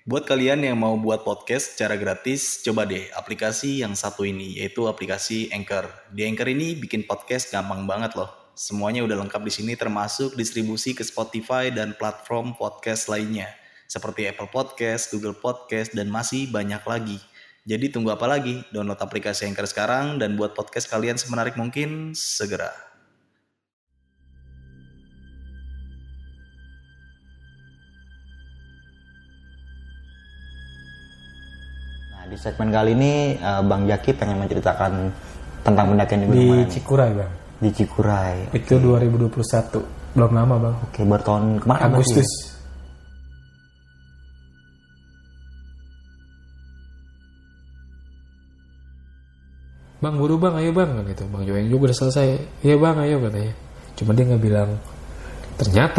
Buat kalian yang mau buat podcast secara gratis, coba deh aplikasi yang satu ini, yaitu aplikasi Anchor. Di Anchor ini bikin podcast gampang banget loh. Semuanya udah lengkap di sini termasuk distribusi ke Spotify dan platform podcast lainnya. Seperti Apple Podcast, Google Podcast, dan masih banyak lagi. Jadi tunggu apa lagi? Download aplikasi Anchor sekarang dan buat podcast kalian semenarik mungkin segera. Di segmen kali ini Bang Jaki pengen menceritakan tentang pendakian di Di mana nih? Cikuray, Bang. Di Cikuray. Itu 2021. Belum lama, Bang. Oke, baru tahun kemarin. Agustus. berarti Bang, buru Bang, ayo Bang, gitu. Bang Joeng juga udah selesai. Iya Bang, ayo katanya. Cuma dia nggak bilang. Ternyata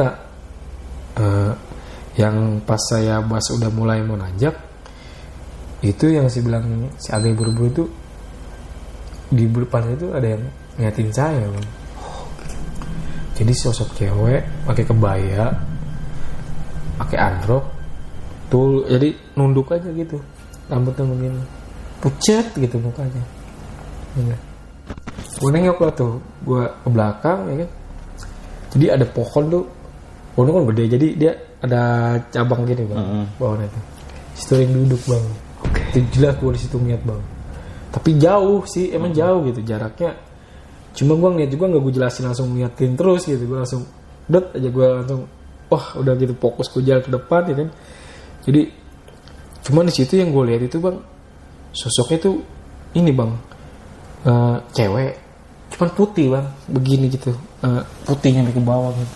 yang pas saya bahas udah mulai mau nanjak, itu yang si bilang si agak buru-buru itu di depan itu ada yang ngeliatin saya, Bang. Jadi sosok cewek pakai kebaya, pakai androk, tuh jadi nunduk aja gitu, rambutnya begini, pucat gitu mukanya. Ya. Gue nengok lah tuh, gue ke belakang ya kan. Jadi ada pohon tuh, pohonnya kan gede, jadi dia ada cabang gini Bang, bawahnya tuh. Situ yang duduk Bang. Itu jelas gue di situ ngeliat Bang. Tapi jauh sih, emang jauh gitu jaraknya. Cuma gue ngeliat juga nggak gue jelasin langsung ngeliatin terus gitu. Gue langsung aja gue langsung, wah udah gitu fokus gue jalan ke depan ya kan. Jadi cuma di situ yang gue lihat itu Bang, sosoknya tuh ini Bang, cewek, cuman putih Bang, begini gitu, putihnya sampai ke bawah gitu.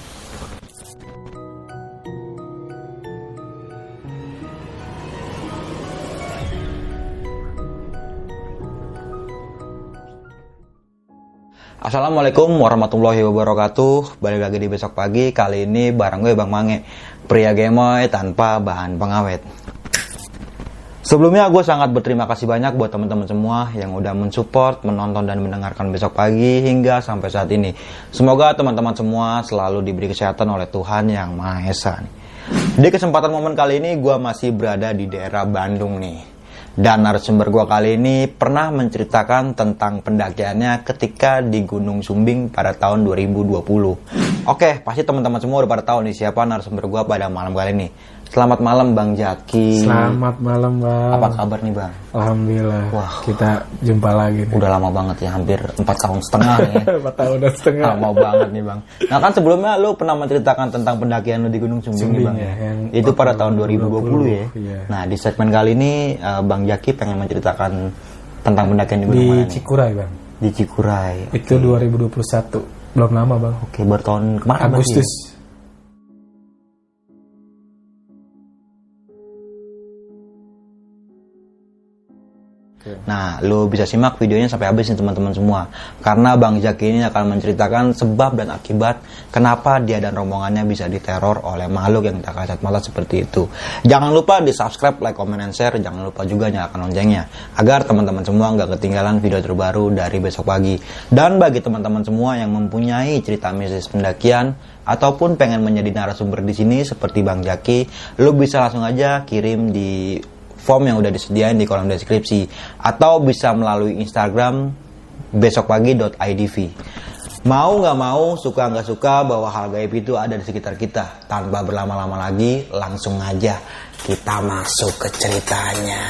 Assalamualaikum warahmatullahi wabarakatuh. Balik lagi di Besok Pagi. Kali ini bareng gue Bang Mange, pria gemoy tanpa bahan pengawet. Sebelumnya gue sangat berterima kasih banyak buat teman-teman semua yang udah mensupport, menonton dan mendengarkan Besok Pagi hingga sampai saat ini. Semoga teman-teman semua selalu diberi kesehatan oleh Tuhan Yang Maha Esa. Di kesempatan momen kali ini gue masih berada di daerah Bandung nih. Dan narasumber gue kali ini pernah menceritakan tentang pendakiannya ketika di Gunung Sumbing pada tahun 2020. Oke, pasti teman-teman semua udah pada tahu nih siapa narasumber gue pada malam kali ini. Selamat malam Bang Jaki. Selamat malam Bang. Apa kabar nih Bang? Alhamdulillah. Wah, kita jumpa lagi nih. Udah lama banget ya, hampir 4 tahun setengah nih ya. 4 tahun dan setengah. Lama banget nih Bang. Nah kan sebelumnya lu pernah menceritakan tentang pendakian lu di Gunung Sumbing nih Bang. Ya, itu pada tahun 2020 ya. Iya. Nah di segmen kali ini Bang Jaki pengen menceritakan tentang pendakian di Gunung mana nih? Cikuray Bang. Di Cikuray. Itu 2021. Belum lama Bang. Oke, baru tahun kemarin Agustus. berarti ya? Nah, lo bisa simak videonya sampai habis nih teman-teman semua. Karena Bang Jaki ini akan menceritakan sebab dan akibat kenapa dia dan rombongannya bisa diteror oleh makhluk yang tak kasat mata seperti itu. Jangan lupa di subscribe, like, comment, and share. Jangan lupa juga nyalakan loncengnya agar teman-teman semua nggak ketinggalan video terbaru dari Besok Pagi. Dan bagi teman-teman semua yang mempunyai cerita mistis pendakian ataupun pengen menjadi narasumber di sini seperti Bang Jaki, lo bisa langsung aja kirim di form yang udah disediain di kolom deskripsi atau bisa melalui Instagram besokpagi.idv. Mau nggak mau, suka nggak suka bahwa hal gaib itu ada di sekitar kita. Tanpa berlama-lama lagi, langsung aja kita masuk ke ceritanya.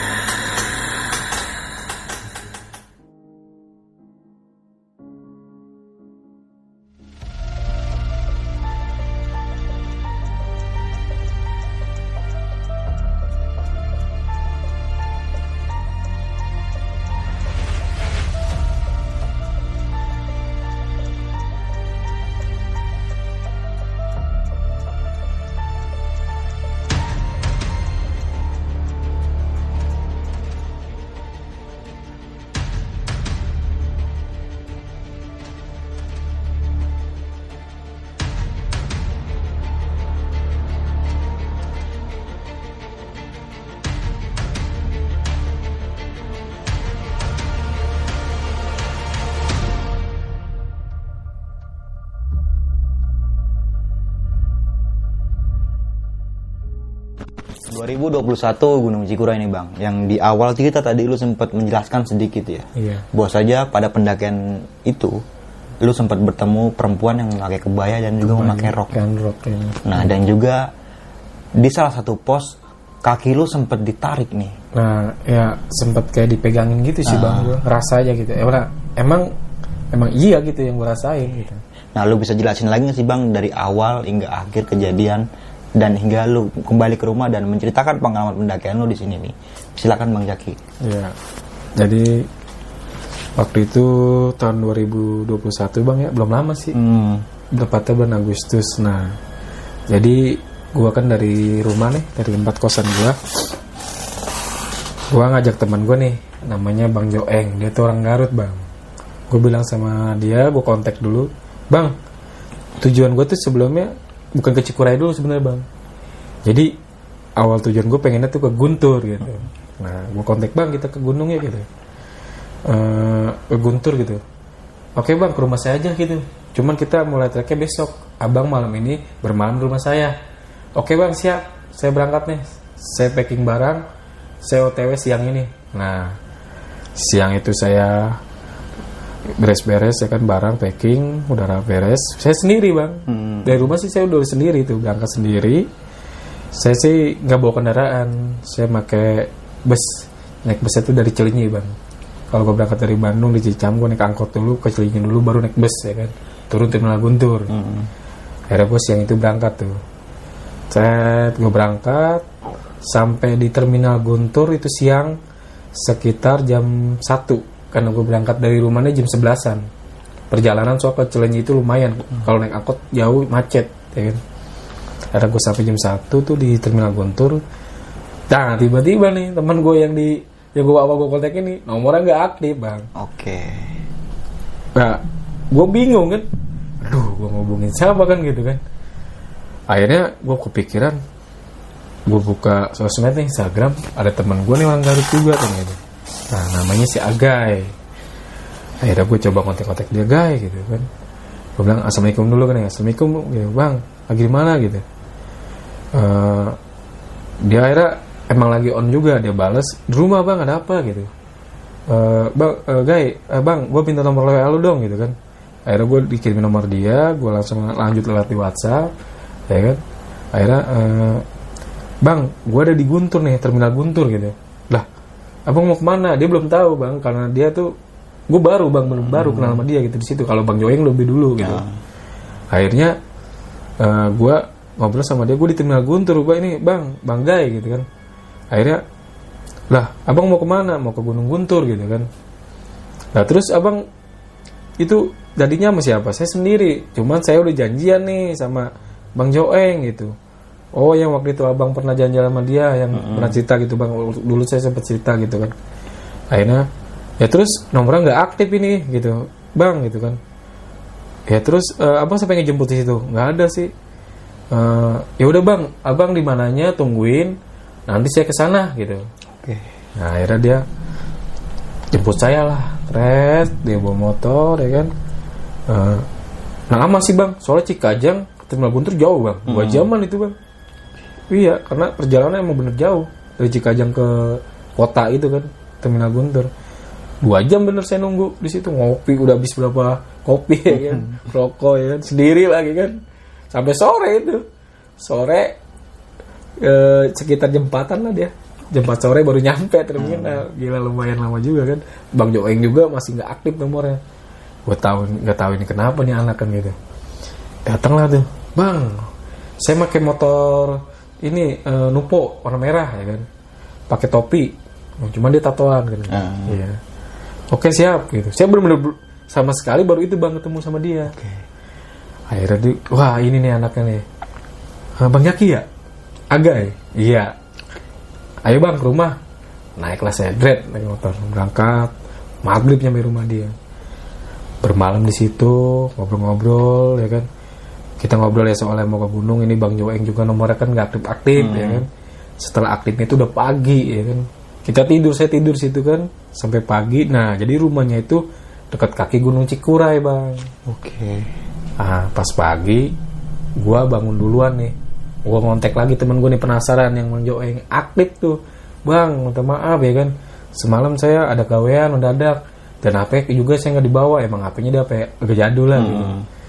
2021 Gunung Cikuray ini bang, yang di awal cerita tadi lu sempat menjelaskan sedikit ya. Iya. Bahwa saja pada pendakian itu lu sempat bertemu perempuan yang memakai kebaya dan juga memakai rok. Ya. Nah dan juga di salah satu pos kaki lu sempat ditarik nih. Nah ya sempat kayak dipegangin gitu sih bang, gue ngerasa aja gitu. Emang iya gitu yang gue rasain gitu. Nah lu bisa jelasin lagi nggak sih bang dari awal hingga akhir kejadian dan hingga lu kembali ke rumah dan menceritakan pengalaman pendakian lu di sini nih. Silakan Bang Jaki. Iya. Jadi waktu itu tahun 2021 Bang ya, belum lama sih. Tepatnya bulan Agustus. Nah, jadi gua kan dari rumah nih, dari tempat kosan gua ngajak teman gua nih, namanya Bang Joeng. Dia tuh orang Garut, Bang. Gua bilang sama dia, gua kontak dulu, "Bang, tujuan gua tuh sebelumnya bukan ke Cikuray dulu sebenarnya bang. Jadi awal tujuan gue pengennya tuh ke Guntur gitu. Nah gue kontak bang kita ke gunungnya gitu. Ke Guntur gitu. Oke bang ke rumah saya aja gitu. Cuman kita mulai treknya besok. Abang malam ini bermalam di rumah saya. Oke bang siap. Saya berangkat nih. Saya packing barang. Saya OTW siang ini. Nah siang itu saya beres-beres ya kan, barang packing udah beres, saya sendiri bang. Dari rumah sih saya udah sendiri tuh, berangkat sendiri. Saya sih nggak bawa kendaraan, saya pakai bus. Naik busnya tuh dari Cilinyi bang. Kalau gue berangkat dari Bandung di Cicam, gue naik angkot dulu ke Cilinyi dulu, baru naik bus ya kan, turun terminal Guntur. Akhirnya gue siang itu berangkat tuh. Gue berangkat sampai di terminal Guntur itu siang sekitar jam 1. Karena gue berangkat dari rumahnya jam 11-an. Perjalanan soal ke Cilenyi itu lumayan. Kalau naik angkot jauh macet ya kan. Akhirnya gue sampai jam 1 tuh di terminal Guntur. Nah tiba-tiba nih teman gue yang gue kontak ini nomornya nggak aktif bang. Oke. Nah gue bingung kan. Aduh gue ngobongin siapa kan gitu kan. Akhirnya gue kepikiran. Gue buka sosmed nih, Instagram. Ada teman gue nih orang Garut juga kan gitu. Nah namanya si Agai. Akhirnya gue coba kontak-kontak dia, Gai gitu kan. Gue bilang assalamualaikum dulu kan ya. Assalamualaikum gitu, bang lagi di mana gitu. Dia akhirnya emang lagi on juga. Dia balas di rumah bang, ada apa gitu. Bang Gai, bang gue minta nomor WA lu dong gitu kan. Akhirnya gue dikirimin nomor dia. Gue langsung lanjut lewat di WhatsApp ya kan. Akhirnya bang gue ada di Guntur nih, terminal Guntur gitu. Lah abang mau kemana? Dia belum tahu bang, karena dia tuh gue baru kenal sama dia gitu di situ. Kalau Bang Joeng lebih dulu gitu. Akhirnya gue ngobrol sama dia, gue di terminal Guntur, gue ini bang Gai gitu kan. Akhirnya lah abang mau kemana? Mau ke Gunung Guntur gitu kan. Nah terus abang itu tadinya sama siapa? Saya sendiri. Cuman saya udah janjian nih sama Bang Joeng gitu. Oh yang waktu itu abang pernah jalan-jalan sama dia, yang pernah cerita gitu bang, dulu saya sempat cerita gitu kan. Akhirnya ya terus nomornya nggak aktif ini gitu bang gitu kan. Ya terus abang sampai ngejemput di situ nggak ada sih. Ya udah bang, abang di mananya tungguin, nanti saya kesana gitu. Oke. Nah akhirnya dia jemput saya lah, dia bawa motor ya kan. Nah lama sih bang, soalnya Cikajang terminal Guntur jauh bang, 2 jaman itu bang. Iya, karena perjalanan emang bener jauh dari Cikajang ke kota itu kan, terminal Guntur. 2 jam bener saya nunggu di situ, ngopi udah habis berapa kopi ya kan, rokok ya kan, sendiri lagi kan, sampai sore itu. Sore sekitar jam 4-an lah dia, jam 4 sore baru nyampe terminal. Gila lumayan lama juga kan. Bang Joeng juga masih nggak aktif nomornya. Gue nggak tahu ini kenapa nih anak kan gitu. Datanglah tuh, bang, saya pakai motor ini Nupo warna merah ya kan, pakai topi, cuma dia tatoan kan. Iya. Oke siap gitu. Saya benar-benar sama sekali baru itu bang ketemu sama dia. Akhirnya dia, wah ini nih anaknya nih. Bang Jaki ya? Agai? Iya. Ayo bang ke rumah. Naiklah saya naik motor, berangkat. Maghrib nyampe rumah dia. Bermalam di situ, ngobrol-ngobrol ya kan. Kita ngobrol ya soalnya mau ke gunung. Ini Bang Joeng juga nomornya kan nggak aktif-aktif ya kan. Setelah aktifnya itu udah pagi ya kan. Kita saya tidur situ kan sampai pagi. Nah jadi rumahnya itu dekat kaki Gunung Cikuray bang. Oke. Pas pagi gua bangun duluan nih. Gue ngontek lagi temen gue nih penasaran yang Bang Joeng aktif tuh. Bang, minta maaf ya kan. Semalam saya ada gawean mendadak dan HP juga saya nggak dibawa. Emang HP-nya dia HP agak jadul lah gitu.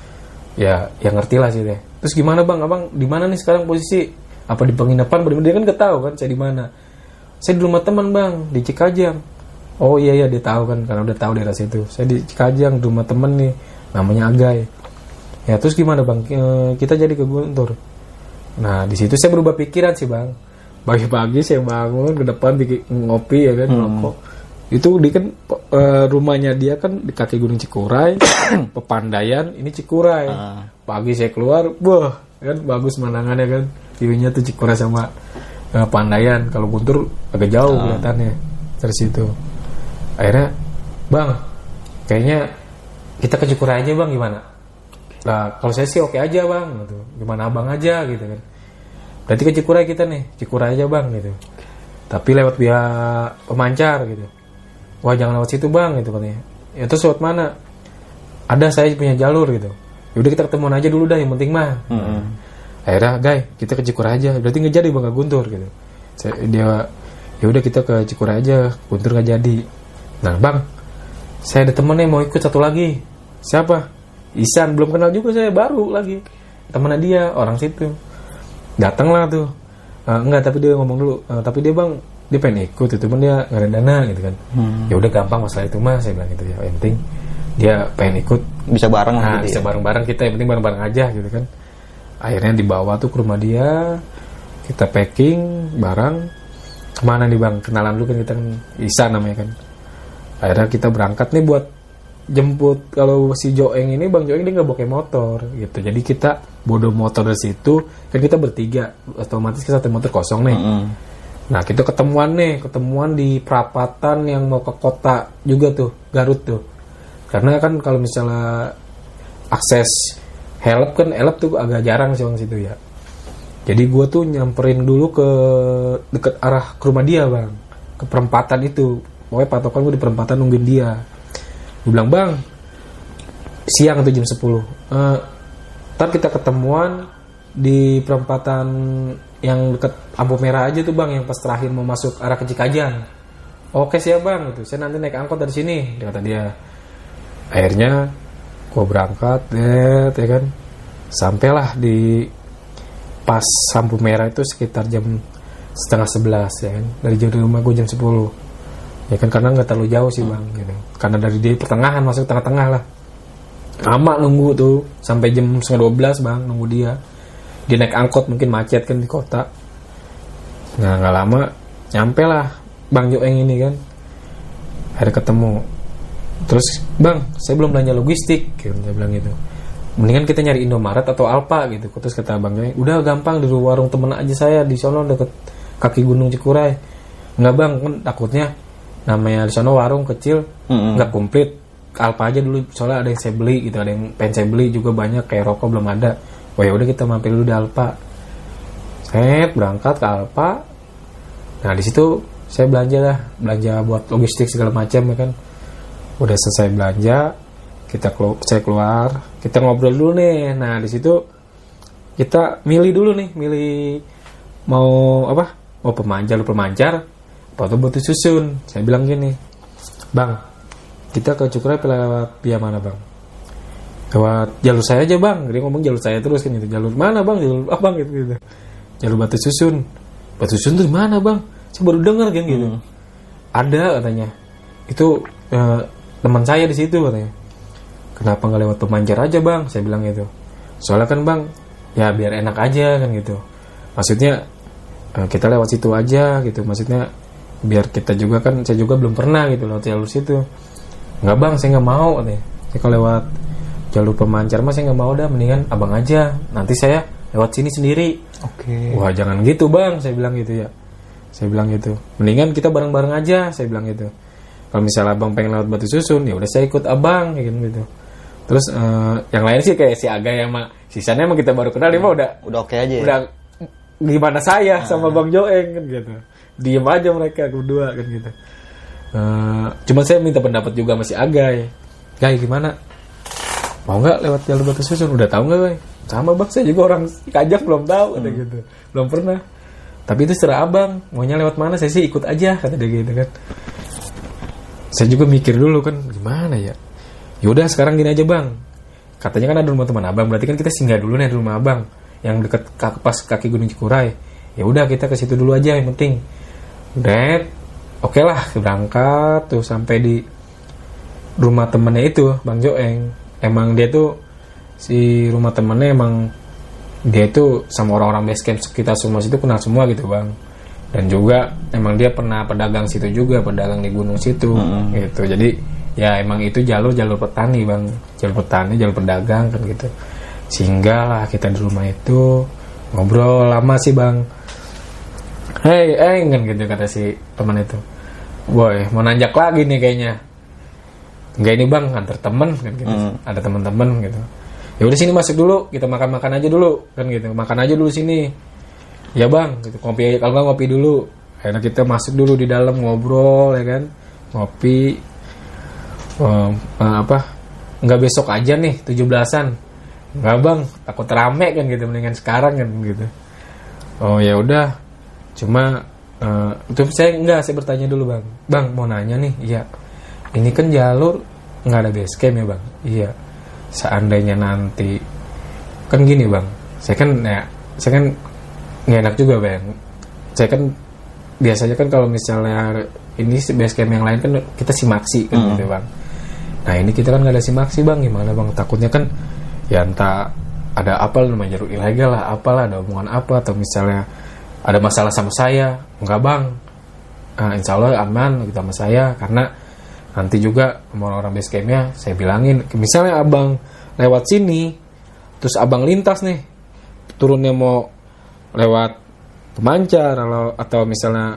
Ya ngerti lah sih deh. Terus gimana bang? Abang di mana nih sekarang posisi? Apa di penginapan? Bener-bener dia kan nggak tahu kan saya di mana. Saya di rumah teman bang di Cikajang. Oh iya dia tahu kan karena udah tahu daerah situ. Saya di Cikajang di rumah temen nih namanya Agai. Ya terus gimana bang? Kita jadi ke Guntur. Nah di situ saya berubah pikiran sih bang. Pagi-pagi saya bangun ke depan bikin ngopi ya kan rokok. Itu di kan rumahnya dia kan di kaki Gunung Cikuray, Pepandayan ini Cikuray. Pagi saya keluar, wah kan bagus pemandangannya kan. View-nya tuh Cikuray sama Pandayan. Kalau Guntur agak jauh kelihatannya dari situ. Akhirnya, bang, kayaknya kita ke Cikuray aja bang gimana? Nah kalau saya sih oke aja bang, gitu. Gimana abang aja gitu kan. Berarti ke Cikuray kita nih, Cikuray aja bang gitu. Tapi lewat via Pemancar gitu. Wah jangan lewat situ bang gitu katanya. Ya terus lewat mana? Ada saya punya jalur gitu. Yaudah kita ketemuan aja dulu dah yang penting mah. Akhirnya guys kita ke Cikuray aja. Berarti nggak jadi bang, nggak Guntur gitu. Dia yaudah kita ke Cikuray aja, Guntur nggak jadi. Nah bang, saya ada temen nih mau ikut satu lagi. Siapa? Isan, belum kenal juga saya, baru lagi. Temennya dia orang situ. Datanglah tuh. Enggak, tapi dia ngomong dulu. Tapi dia bang, dia pengen ikut itu, cuman dia nggak ada dana gitu kan. Ya udah gampang masalah itu mah, saya bilang gitu ya. Yang penting dia pengen ikut, bisa bareng gitu bisa ya? bareng-bareng kita, yang penting bareng-bareng aja gitu kan. Akhirnya dibawa tuh ke rumah dia, kita packing barang. Kemana nih bang? Kenalan dulu kan kita kan, Isan namanya kan. Akhirnya kita berangkat nih buat jemput. Kalau si Joeng ini, Bang Joeng dia nggak pakai motor gitu, jadi kita bodo motor dari situ kan, kita bertiga otomatis kita satu motor kosong nih. Nah kita ketemuan di perapatan yang mau ke kota juga tuh, Garut tuh, karena kan kalau misalnya akses help kan, elep tuh agak jarang sih bang situ ya. Jadi gue tuh nyamperin dulu ke deket arah ke rumah dia bang, ke perempatan itu. Pokoknya patokan gue di perempatan nungguin dia. Gue bilang bang, siang tuh jam 10. Ntar kita ketemuan di perempatan yang deket lampu merah aja tuh bang, yang pas terakhir mau masuk arah ke Cikajang. Oke siap bang, gitu. Saya nanti naik angkot dari sini, kata dia. Akhirnya gue berangkat, ya kan. Sampailah di pas lampu merah itu sekitar jam 10:30 ya kan. Dari jauh rumah gue jam 10. Ya kan karena nggak terlalu jauh sih bang gitu. Karena dari dia pertengahan masuk tengah-tengah lah. Lama nunggu tuh sampai jam 11:30 bang nunggu dia. Dia naik angkot mungkin macet kan di kota. Nah nggak lama nyampe lah Bang Joeng ini kan. Akhirnya ketemu. Terus bang saya belum belanja logistik gitu, dia bilang gitu. Mendingan kita nyari Indomaret atau Alfa gitu. Terus kata Bang Joeng, udah gampang di warung temen aja saya di sono deket kaki Gunung Cikuray. Nggak bang, kan takutnya namanya di sana warung kecil nggak komplit. Alfa aja dulu soalnya ada yang saya beli gitu, ada yang pengen saya beli juga banyak, kayak rokok belum ada. Oh ya udah kita mampir dulu di Alfa. Saya berangkat ke Alfa. Nah di situ saya belanja buat logistik segala macam ya kan. Udah selesai belanja, saya keluar, kita ngobrol dulu nih. Nah di situ kita milih mau apa? Mau pemancar atau Batu Susun. Saya bilang gini, bang, kita ke Cikuray lewat via mana bang? Lewat jalur saya aja bang. Dia ngomong jalur saya terus kan gitu. Jalur mana bang? Jalur apa bang gitu. Jalur Batu Susun. Batu Susun tuh di mana bang? Saya baru dengar kan gitu. Ada katanya. Itu teman saya di situ katanya. Kenapa nggak lewat Pemancar aja bang? Saya bilang gitu. Soalnya kan bang, ya biar enak aja kan gitu. Maksudnya kita lewat situ aja gitu. Maksudnya biar kita juga kan, saya juga belum pernah gitu lewat jalur situ. Nggak bang, saya nggak mau katanya. Saya kalau lewat jalur Pemancar mas saya nggak mau dah, mendingan abang aja. Nanti saya lewat sini sendiri. Oke. Wah jangan gitu bang, saya bilang gitu ya. Saya bilang gitu. Mendingan kita bareng-bareng aja, saya bilang gitu. Kalau misalnya abang pengen lewat Batu Susun, ya udah saya ikut abang kayak gitu. Terus yang lain sih kayak si Aga yang sisanya emang kita baru kenal, dia mah udah oke aja ya? Udah gimana saya sama Bang Joeng kan gitu. Diem aja mereka berdua kan gitu. Cuma saya minta pendapat juga sama si Agai. Gai gimana? Mau nggak lewat jalur Batu Susun? Udah tahu nggak Gai? sama bang, saya juga orang Kajang belum tahu, kata gitu, belum pernah. Tapi itu serah abang, maunya lewat mana, saya sih ikut aja, kata dia gitu kan. Saya juga mikir dulu kan, gimana ya. Yaudah sekarang gini aja bang, katanya kan ada rumah teman abang, berarti kan kita singgah dulu nih di rumah abang yang dekat pas kaki Gunung Cikuray. Ya udah kita ke situ dulu aja, yang penting. Udah, oke lah, berangkat tuh sampai di rumah temennya itu, Bang Joeng. Emang dia tuh, si rumah temennya emang dia tuh sama orang-orang base camp sekitar semua situ kenal semua gitu bang. Dan juga emang dia pernah pedagang situ juga, pedagang di gunung situ gitu. Jadi ya emang itu jalur petani bang, jalur petani, jalur pedagang kan gitu. Sehingga lah kita di rumah itu ngobrol lama sih bang. Hey kan gitu kata si teman itu, boy mau nanjak lagi nih kayaknya. Enggak ini bang, antar temen kan gitu. Ada teman-teman gitu. Ya udah sini masuk dulu, kita makan aja dulu kan gitu. Makan aja dulu sini. Ya bang, gitu. Kopi, kalau nggak ngopi dulu. Akhirnya kita masuk dulu di dalam ngobrol ya kan. Ngopi. Nggak besok aja nih 17-an. Nggak bang, takut rame kan gitu, mendingan sekarang kan gitu. Oh ya udah. Cuma itu saya bertanya dulu bang. Bang mau nanya nih, iya. Ini kan jalur nggak ada base camp ya bang. Iya. Seandainya nanti kan gini bang, saya kan nggak enak juga bang. Saya kan biasanya kan kalau misalnya ini base camp yang lain kan kita simaksi kan gitu bang. Nah ini kita kan nggak ada simaksi bang, gimana bang? Takutnya kan ya entah ada apa namanya jalur ilegal lah, apalah ada omongan apa, atau misalnya ada masalah sama saya. Enggak bang, insya Allah aman gitu sama saya, karena nanti juga orang-orang base campnya saya bilangin, misalnya abang lewat sini terus abang lintas nih, turunnya mau lewat Pemancar atau misalnya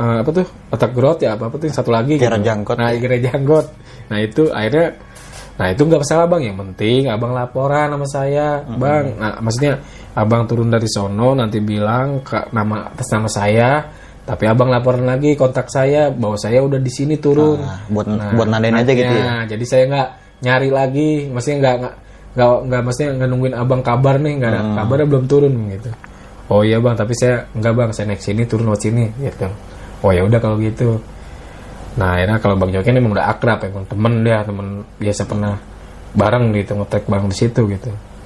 Otak Grot ya apa tuh satu lagi Kira gitu. Jangkot. Kira Jangkot. Nah itu akhirnya, nah itu nggak masalah bang, yang penting abang laporan sama saya bang. Nah maksudnya abang turun dari sono nanti bilang ke atas nama saya, tapi abang laporan lagi kontak saya bahwa saya udah di sini turun. Buat nandain aja gitu ya. Jadi saya nggak nyari lagi, maksudnya nggak maksudnya nggak nungguin abang kabar nih, nggak ada kabarnya belum turun gitu. Oh iya bang, tapi saya nggak bang, saya naik sini turun lewat sini gitu. Oh ya udah kalau gitu. Nah akhirnya kalau bang Joken emang udah akrab, emang temen biasa pernah bareng gitu ngetek bareng di situ gitu.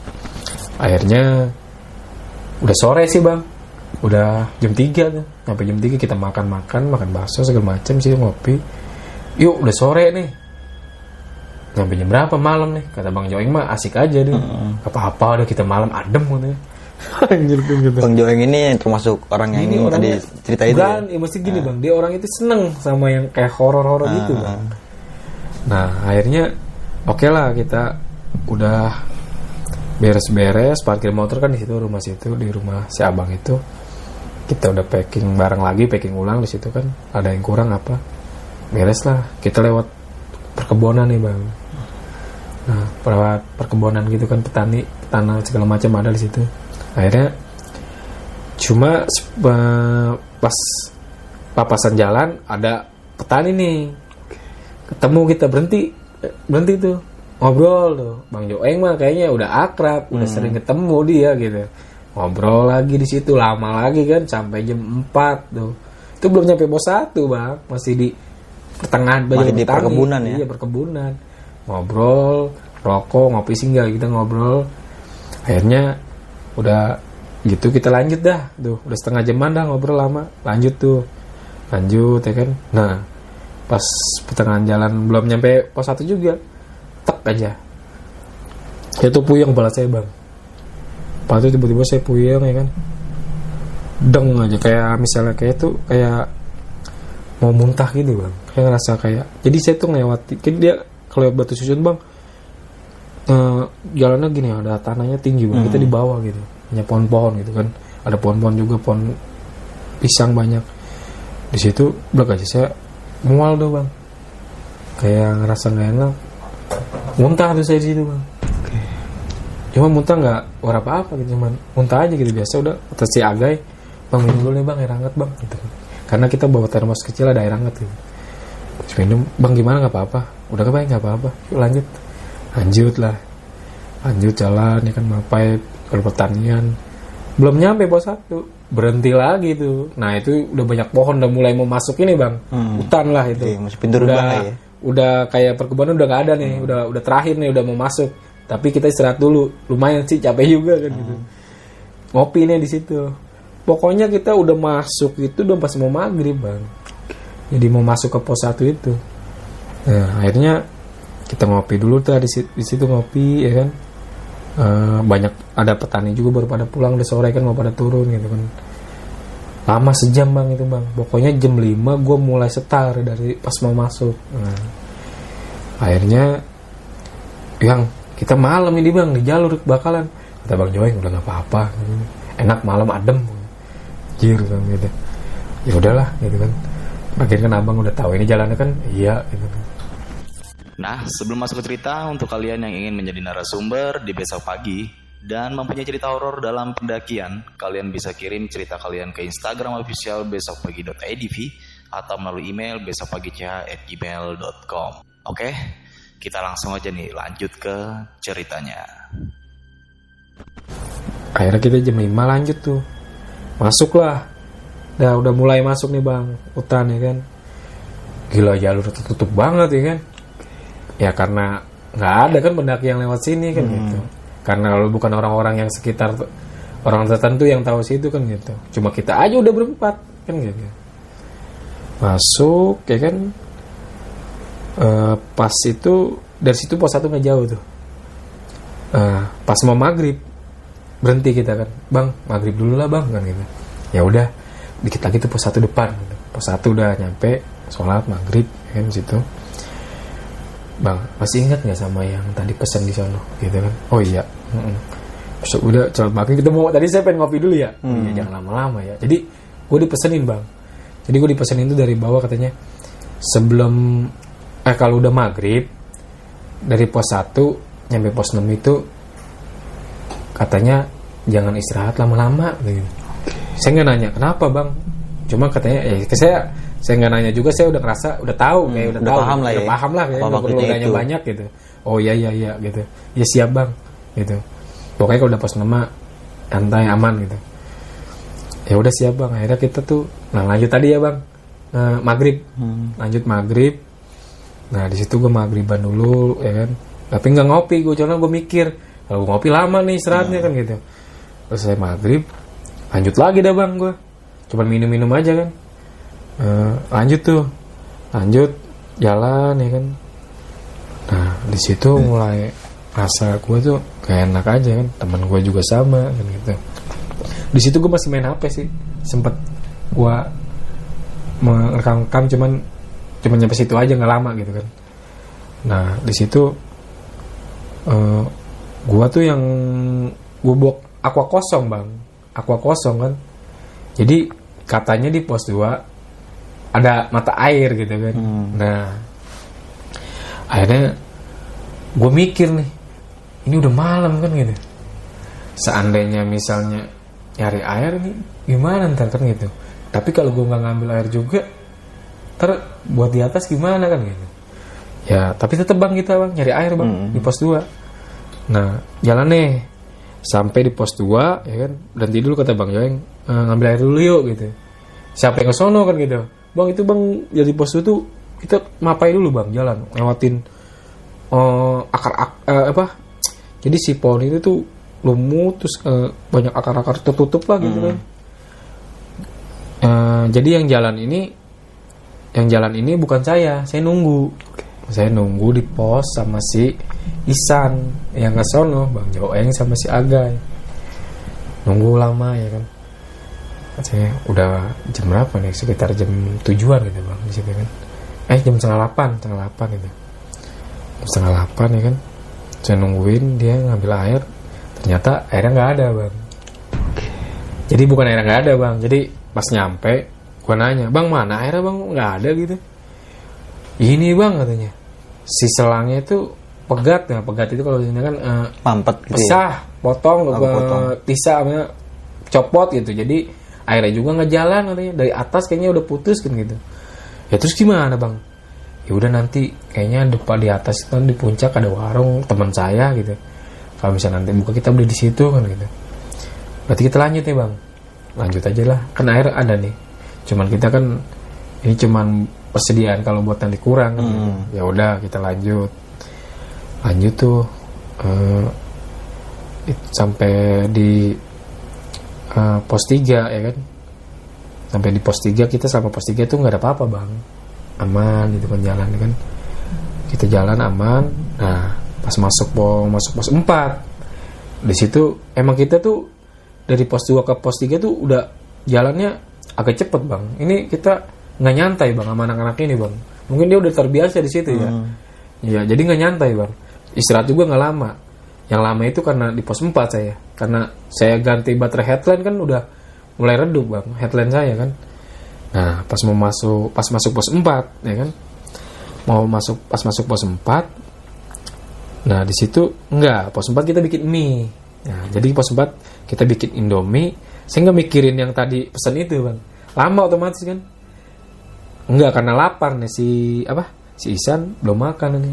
Akhirnya udah sore sih bang, udah jam 3 tuh, sampai jam 3 kita makan bakso segala macam sih, ngopi. Yuk udah sore nih, sampai jam berapa malam nih, kata bang Joeng mah asik aja deh, apa-apa udah kita malam adem gitu. Gitu. Bang Joeng ini termasuk orang yang ini tadi cerita itu ya? Mesti gini bang, dia orang itu seneng sama yang kayak horor-horor gitu bang. Nah akhirnya oke lah, kita udah beres-beres parkir motor kan di situ, rumah situ, di rumah si abang itu kita udah packing barang lagi, packing ulang di situ kan, ada yang kurang apa, beres lah, kita lewat perkebunan nih bang. Nah lewat perkebunan gitu kan, petani, tanah segala macam ada di situ. Akhirnya cuma pas papasan jalan ada petani nih, ketemu kita berhenti tuh ngobrol tuh. Bang Joeng mah kayaknya udah akrab, udah sering ketemu dia gitu, ngobrol lagi di situ lama lagi kan sampai jam 4 tuh. Itu belum nyampe pos 1 bang, masih di pertengahan, masih di perkebunan ya. Iya perkebunan, ngobrol, rokok, ngopi singgah, kita ngobrol. Akhirnya udah gitu kita lanjut dah tuh, udah setengah jaman dah ngobrol lama, lanjut ya kan. Nah pas pertengahan jalan belum nyampe pos 1 juga, tek aja itu puyeng kepala saya bang. Pas itu tiba-tiba saya puyeng ya kan, deng aja, kayak misalnya kayak tuh kayak mau muntah gitu bang, kayak ngerasa kayak, jadi saya tuh ngelewati kan dia kalau Batu Susun bang, jalannya gini, ada tanahnya tinggi bang, kita di bawah gitu, hanya pohon-pohon gitu kan, ada pohon-pohon juga, pohon pisang banyak di situ. Belak aja saya mual tuh bang, kayak ngerasa nggak enak, muntah tuh saya di situ bang. Cuma muntah nggak war apa-apa gitu, cuman muntah aja gitu biasa. Udah kata si Agai, bang minum dulu nih bang air hangat bang gitu, karena kita bawa termos kecil ada air hangat gitu. Terus minum, bang gimana, nggak apa-apa, udah kebaik nggak apa-apa, yuk lanjut jalan ya kan, Mapait Kalau pertanian belum nyampe pos 1 berhenti lagi tuh. Nah itu udah banyak pohon, udah mulai mau masuk ini bang, hutan lah itu. Oke, masih pintu gerbang lah ya. Udah kayak perkebunan udah nggak ada nih, udah terakhir nih, udah mau masuk. Tapi kita istirahat dulu, lumayan sih capek juga kan gitu. Ngopi nih di situ. Pokoknya kita udah masuk itu udah pas mau maghrib bang. Jadi mau masuk ke pos 1 itu. Nah akhirnya kita ngopi dulu tuh di situ ngopi ya kan. Banyak ada petani juga baru pada pulang udah sore kan, mau pada turun gitu kan. Lama sejam bang itu bang. Pokoknya jam 5 gue mulai setar dari pas mau masuk. Nah, akhirnya yang kita malam ini bang di jalur bakalan kata bang Joeng udah nggak apa-apa, enak malam adem, jir kan gitu. Ya udahlah gitu kan. Bagian kan abang udah tahu ini jalannya kan, iya gitu kan. Nah, sebelum masuk ke cerita, untuk kalian yang ingin menjadi narasumber di besok pagi dan mempunyai cerita horor dalam pendakian, kalian bisa kirim cerita kalian ke Instagram official besokpagi.idv atau melalui email besokpagi.ch@gmail.com. Oke, kita langsung aja nih lanjut ke ceritanya. Akhirnya kita jam 5 lanjut tuh. Masuklah. Udah mulai masuk nih bang, hutan ya kan. Gila jalur tertutup banget ya kan. Ya karena nggak ada kan pendaki yang lewat sini kan gitu. Karena kalau bukan orang-orang yang sekitar, orang tertentu yang tahu situ kan gitu. Cuma kita aja udah berempat kan gitu. Masuk ya kan. Pas itu dari situ pos 1 nggak jauh tuh. Pas mau maghrib berhenti kita kan, bang maghrib dulu lah bang kan gitu. Ya udah dikit lagi tuh pos 1 depan. Gitu. Pos 1 udah nyampe, sholat maghrib ya kan situ. Bang, masih ingat nggak sama yang tadi pesan di sono, gitu kan? Oh iya. So, udah sholat maghrib kita mau. Tadi saya pengen ngopi dulu ya. Ya jangan lama-lama ya. Jadi gue dipesenin bang. Jadi gue dipesenin tuh dari bawah katanya sebelum kalau udah maghrib dari pos 1 nyampe pos 6 itu katanya jangan istirahat lama-lama. Gitu. Saya nggak nanya kenapa bang. Cuma katanya saya nggak nanya juga, saya udah ngerasa udah tahu kayak udah tahu, paham lah ya. Udah paham lah kayak nggak perlu nanya banyak gitu. Oh iya gitu. Ya siap bang gitu. Pokoknya kalau udah pos 6 santai aman gitu. Ya udah siap bang. Akhirnya kita tuh lanjut tadi ya bang. Maghrib. Lanjut maghrib. Nah di situ gue maghriban dulu ya kan. Tapi nggak ngopi gue, karena gue mikir kalau gue ngopi lama nih istirahatnya kan gitu. Terus saya maghrib lanjut lagi dah bang gue. Cuman minum-minum aja kan. Lanjut jalan ya kan. Nah di situ mulai rasa gue tuh gak enak aja kan. Teman gue juga sama kan gitu. Di situ gue masih main HP sih, sempet gue merekam cuman nyampe situ aja, nggak lama gitu kan. Nah di situ gue tuh yang gue bawa aqua kosong bang, aqua kosong kan. Jadi katanya di pos 2 ada mata air gitu kan. Nah akhirnya gue mikir nih, ini udah malam kan gitu. Seandainya misalnya nyari air nih gimana ntar kan gitu. Tapi kalau gue nggak ngambil air juga, ntar buat di atas gimana kan gitu. Ya tapi tetep bang kita bang nyari air bang di pos 2. Nah jalan nih sampai di pos 2 ya kan, berhenti dulu kata bang Joeng, ngambil air dulu yuk gitu. Siapa yang kesono kan gitu. Bang itu bang jadi pos 2 tuh kita mapai dulu bang jalan lewatin jadi si pohon itu tuh lumut terus banyak akar-akar tertutup lah gitu kan. Jadi yang jalan ini bukan saya nunggu di pos sama si Isan yang ke sono, bang Joeng sama si Agai. Nunggu lama ya kan. Saya udah jam berapa nih, sekitar jam 7-an gitu bang di situ kan. Jam setengah 8 gitu. Jam 7:30 ya kan. Saya nungguin dia ngambil air, ternyata airnya nggak ada bang. Jadi bukan airnya nggak ada bang, jadi pas nyampe gua nanya, bang mana airnya bang, nggak ada gitu. Ini bang katanya si selangnya itu pegat itu kalau di sini kan mampet gitu pesah, ya? potong. Tisa copot gitu. Jadi airnya juga nggak jalan katanya, dari atas kayaknya udah putus kan gitu. Ya terus gimana bang? Ya udah nanti kayaknya depan di atas itu di puncak ada warung teman saya gitu. Kalau misalnya nanti buka kita beli di situ kan gitu. Berarti kita lanjut nih bang, lanjut aja lah. Kan air ada nih. Cuman kita kan ini cuman persediaan kalau buat nanti kurang. Kan, gitu. Ya udah kita lanjut tuh sampai di pos 3 ya kan. Sampai di pos 3 kita sama pos 3 tuh nggak ada apa-apa bang, aman gitu kan jalan kan. Kita jalan aman. Nah pas masuk pos 4 di situ emang kita tuh dari pos 2 ke pos 3 tuh udah jalannya agak cepet bang. Ini kita nggak nyantai bang sama anak-anak ini bang. Mungkin dia udah terbiasa di situ ya. Ya jadi nggak nyantai bang. Istirahat juga nggak lama. Yang lama itu karena di pos 4 saya. Karena saya ganti baterai headline kan udah mulai redup bang, headline saya kan. Nah pas masuk pos 4 ya kan. Pas masuk pos 4. Nah di situ enggak, pos 4 kita bikin mie. Nah jadi pos 4 kita bikin Indomie. Saya nggak mikirin yang tadi pesan itu bang. Lama otomatis kan. Enggak, karena lapar nih si Isan belum makan ini.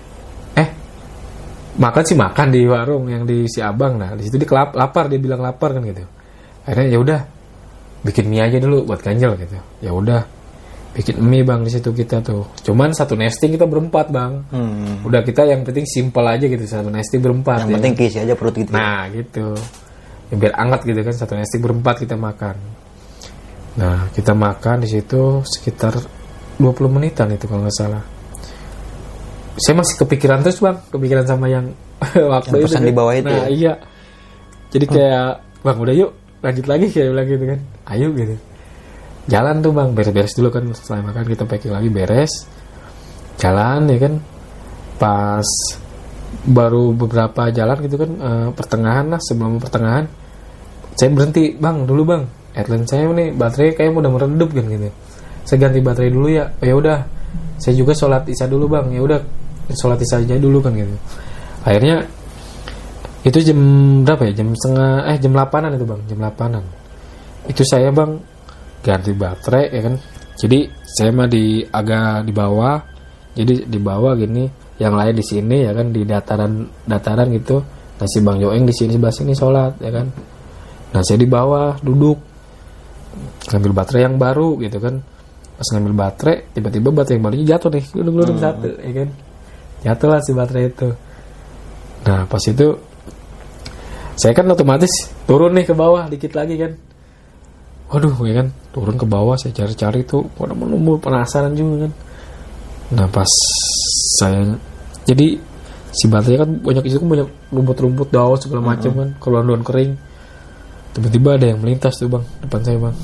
Makan di warung yang di si abang. Nah di situ dia lapar, dia bilang lapar kan gitu. Akhirnya ya udah bikin mie aja dulu buat ganjel gitu. Ya udah bikin mie bang di situ kita tuh. Cuman satu nesting kita berempat bang. Udah kita yang penting simple aja gitu, satu nesting berempat. Yang penting keisi aja perut gitu. Nah gitu. Ya, biar anget gitu kan, satu nesting berempat kita makan. Nah kita makan di situ sekitar 20 menitan itu kalau nggak salah. Saya masih kepikiran terus bang, kepikiran sama yang waktu yang pesan itu di bawah itu. Nah iya. Jadi kayak bang udah yuk lanjut lagi kayak bilang gitu kan. Ayo gitu. Jalan tuh bang, beres-beres dulu kan, setelah makan kita packing lagi beres. Jalan ya kan. Pas baru beberapa jalan gitu kan, pertengahan lah, sebelum pertengahan saya berhenti bang dulu bang. Headline saya nih baterai kayaknya udah meredup kan gitu. Saya ganti baterai dulu ya. Oh ya udah. Saya juga sholat isya dulu bang. Ya udah sholat isya aja dulu kan gitu. Akhirnya itu jam berapa ya? Jam 8-an itu bang, jam 8-an. Itu saya bang ganti baterai ya kan. Jadi saya mah agak di bawah. Jadi di bawah gini, yang lain di sini ya kan, di dataran gitu. Nah si Bang Joeng di sini sebelah sini sholat ya kan. Nah saya di bawah duduk ngambil baterai yang baru gitu kan. Pas ngambil baterai, tiba-tiba baterai yang barunya jatuh nih, geludung satu ya kan. Jatuh lah si baterai itu. Nah pas itu saya kan otomatis turun nih ke bawah dikit lagi kan. Waduh ya kan, turun ke bawah saya cari-cari tuh, pada menunggu, penasaran juga kan. Nah pas saya, jadi si baterai kan banyak itu kan, banyak rumput-rumput, daun segala macam kan, keluar daun kering. Tiba-tiba ada yang melintas tuh bang, depan saya bang.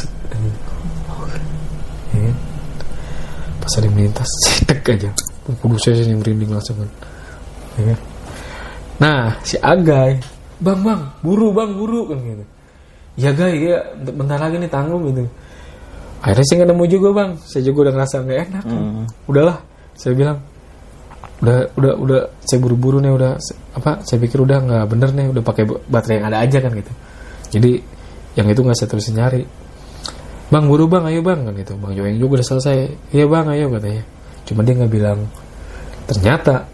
Ya kan? Pas ada yang melintas, cetek aja, kudu saya yang merinding langsung kan. Ya kan? Nah si Agai, bang buru kan gitu. Ya Gai, ya bentar lagi nih tanggung gitu. Akhirnya saya nggak nemu juga bang, saya juga udah ngerasa nggak enak kan. Udahlah, saya bilang udah saya buru-buru nih, udah saya pikir udah nggak bener nih, udah pakai baterai yang ada aja kan gitu. Jadi yang itu nggak saya terus nyari. Bang buru bang, ayo bang kan gitu. Bang Joeng juga udah selesai. Iya bang, ayo katanya. Cuma dia nggak bilang. Ternyata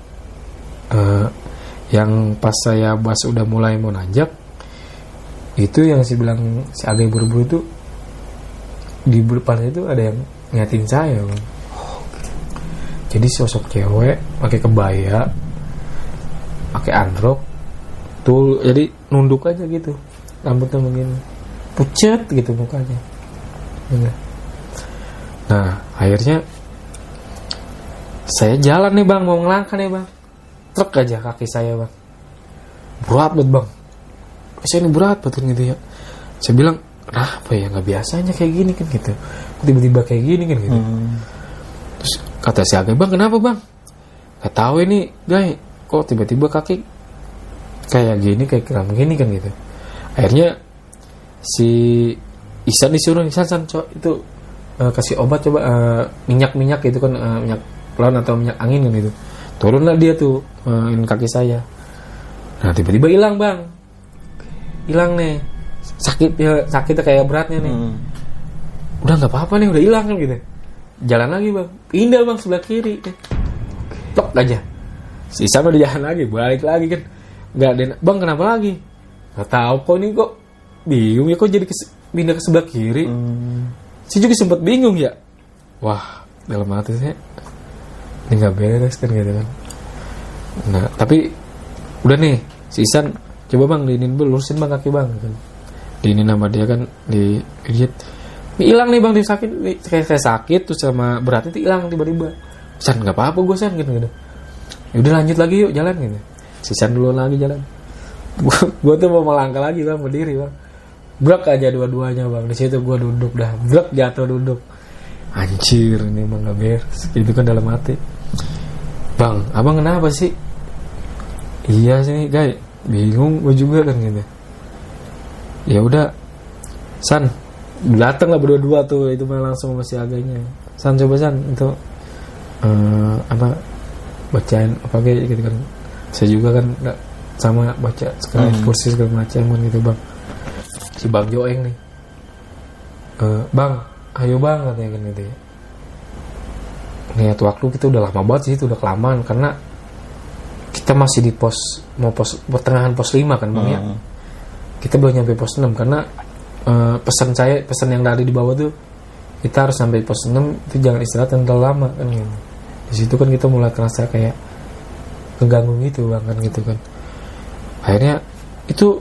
yang pas saya pas udah mulai mau nanjak, itu yang si bilang si Agai buru-buru itu di depan itu ada yang ngeliatin saya bang. Jadi sosok cewek pakai kebaya, pakai androk, tuh jadi nunduk aja gitu, rambutnya begini, pucat gitu mukanya. Nah akhirnya saya jalan nih bang, mau ngelangkah nih bang, truk aja kaki saya bang, berat banget bang. Saya ini berat betul gitu ya. Saya bilang kenapa ya, nggak biasanya kayak gini kan gitu, tiba-tiba kayak gini kan gitu. Terus kata si Agai, bang kenapa bang? Gak tahu ini Gai, kok tiba-tiba kaki kayak gini, kayak kram gini kan gitu. Akhirnya si Isan disuruh, Isan itu kasih obat coba, minyak gitu kan, minyak lawan atau minyak angin kan gitu. Turunlah dia tuh kaki saya. Nah tiba-tiba hilang bang, hilang nih, sakitnya kayak beratnya nih. Udah nggak apa-apa nih, udah hilang kan gitu. Jalan lagi bang, pindah bang sebelah kiri, tok aja. Si Isan udah jalan lagi, balik lagi kan. Nggak, bang kenapa lagi? Nggak tahu kok ini kok bingung ya, kok jadi pindah ke sebelah kiri. Saya juga sempat bingung ya. Wah, dalam hati saya ini nggak beres kan gitu kan. Nah tapi udah nih si Isan, coba bang diinin dulu, lurusin bang kaki bang kan. Diinin sama dia kan, dipijit. Hilang nih bang, dia sakit, kayak sakit terus sama beratnya tuh hilang tiba-tiba. San nggak apa-apa gue San gitu. Udah lanjut lagi yuk jalan gitu. Si San dulu lagi jalan. Gue tuh mau melangkah lagi bang, berdiri bang. Brak aja dua-duanya bang. Di situ gue duduk dah, brak jatuh duduk. Anjir ini emang nggak beres. Itu kan dalam hati. Bang, abang kenapa sih? Iya sih guys, bingung gue juga kan gitu. Ya udah, San, datang lah berdua-dua tuh, itu malah langsung sama si aganya. San coba San itu apa bacain apa kayak gitu kan. Saya juga kan nggak sama baca sekali kursi segala macam kan gitu bang. Si Bang Joeng nih, bang, ayo bang katanya kan gitu ya. Niat waktu kita udah lama banget sih, itu udah kelamaan karena kita masih di pos pertengahan pos 5 kan bang ya. Kita belum nyampe pos 6 karena pesan yang dari di bawah tuh kita harus sampai pos 6 itu jangan istirahat yang terlalu lama kan gitu. Di situ kan kita mulai kerasa kayak keganggu gitu bang kan gitu kan. Akhirnya itu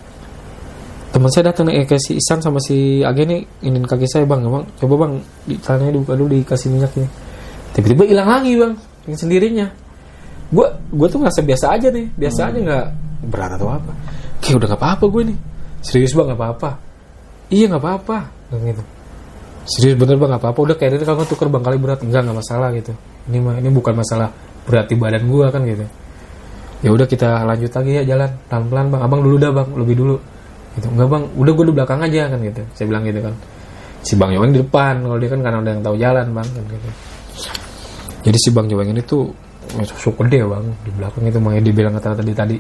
teman saya datang nih, si Isan sama si Age nih ingin kaki saya bang coba bang tangannya dibuka dulu, dikasih minyaknya. Tiba-tiba hilang lagi bang dengan sendirinya. Gue tuh ngerasa biasa aja nih, biasa aja, nggak berat atau apa. Kayak udah nggak apa-apa gue nih, serius bang nggak apa-apa. Iya nggak apa-apa dan gitu. Serius bener bang nggak apa-apa. Udah kayak dari kalau tuker bang kali berat, nggak masalah gitu. Ini bukan masalah berat di badan gue kan gitu. Ya udah kita lanjut lagi ya jalan pelan-pelan bang. Abang dulu dah bang, lebih dulu. Gitu. Enggak bang, udah gue di belakang aja kan gitu. Saya bilang gitu kan. Si Bang Joeng di depan, kalau dia kan karena ada yang tahu jalan bang kan gitu. Jadi si Bang Joeng ini tuh sosok gede bang di belakang itu, makanya dibilang kata tadi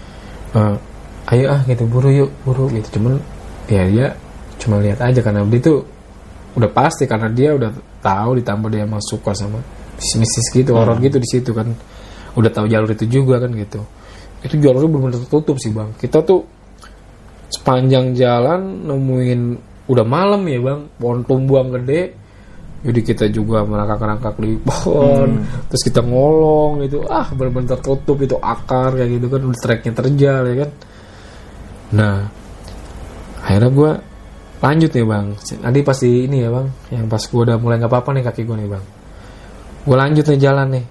ayo gitu buru gitu. Cuman ya dia cuma lihat aja karena dia tuh udah pasti karena dia udah tahu, ditambah dia emang suka sama mistis gitu, horor gitu di situ kan. Udah tahu jalur itu juga kan gitu. Itu jalurnya benar-benar tertutup sih bang. Kita tuh sepanjang jalan nemuin udah malam ya bang, pohon tumbuhan gede. Jadi kita juga merangkak-rangkak di pohon, terus kita ngolong gitu. Benar-benar tertutup itu akar kayak gitu kan, udah treknya terjal ya kan. Nah, akhirnya gue lanjut nih bang. Tadi pasti ini ya bang, yang pas gue udah mulai nggak apa-apa nih kaki gue nih bang. Gue lanjut nih jalan nih.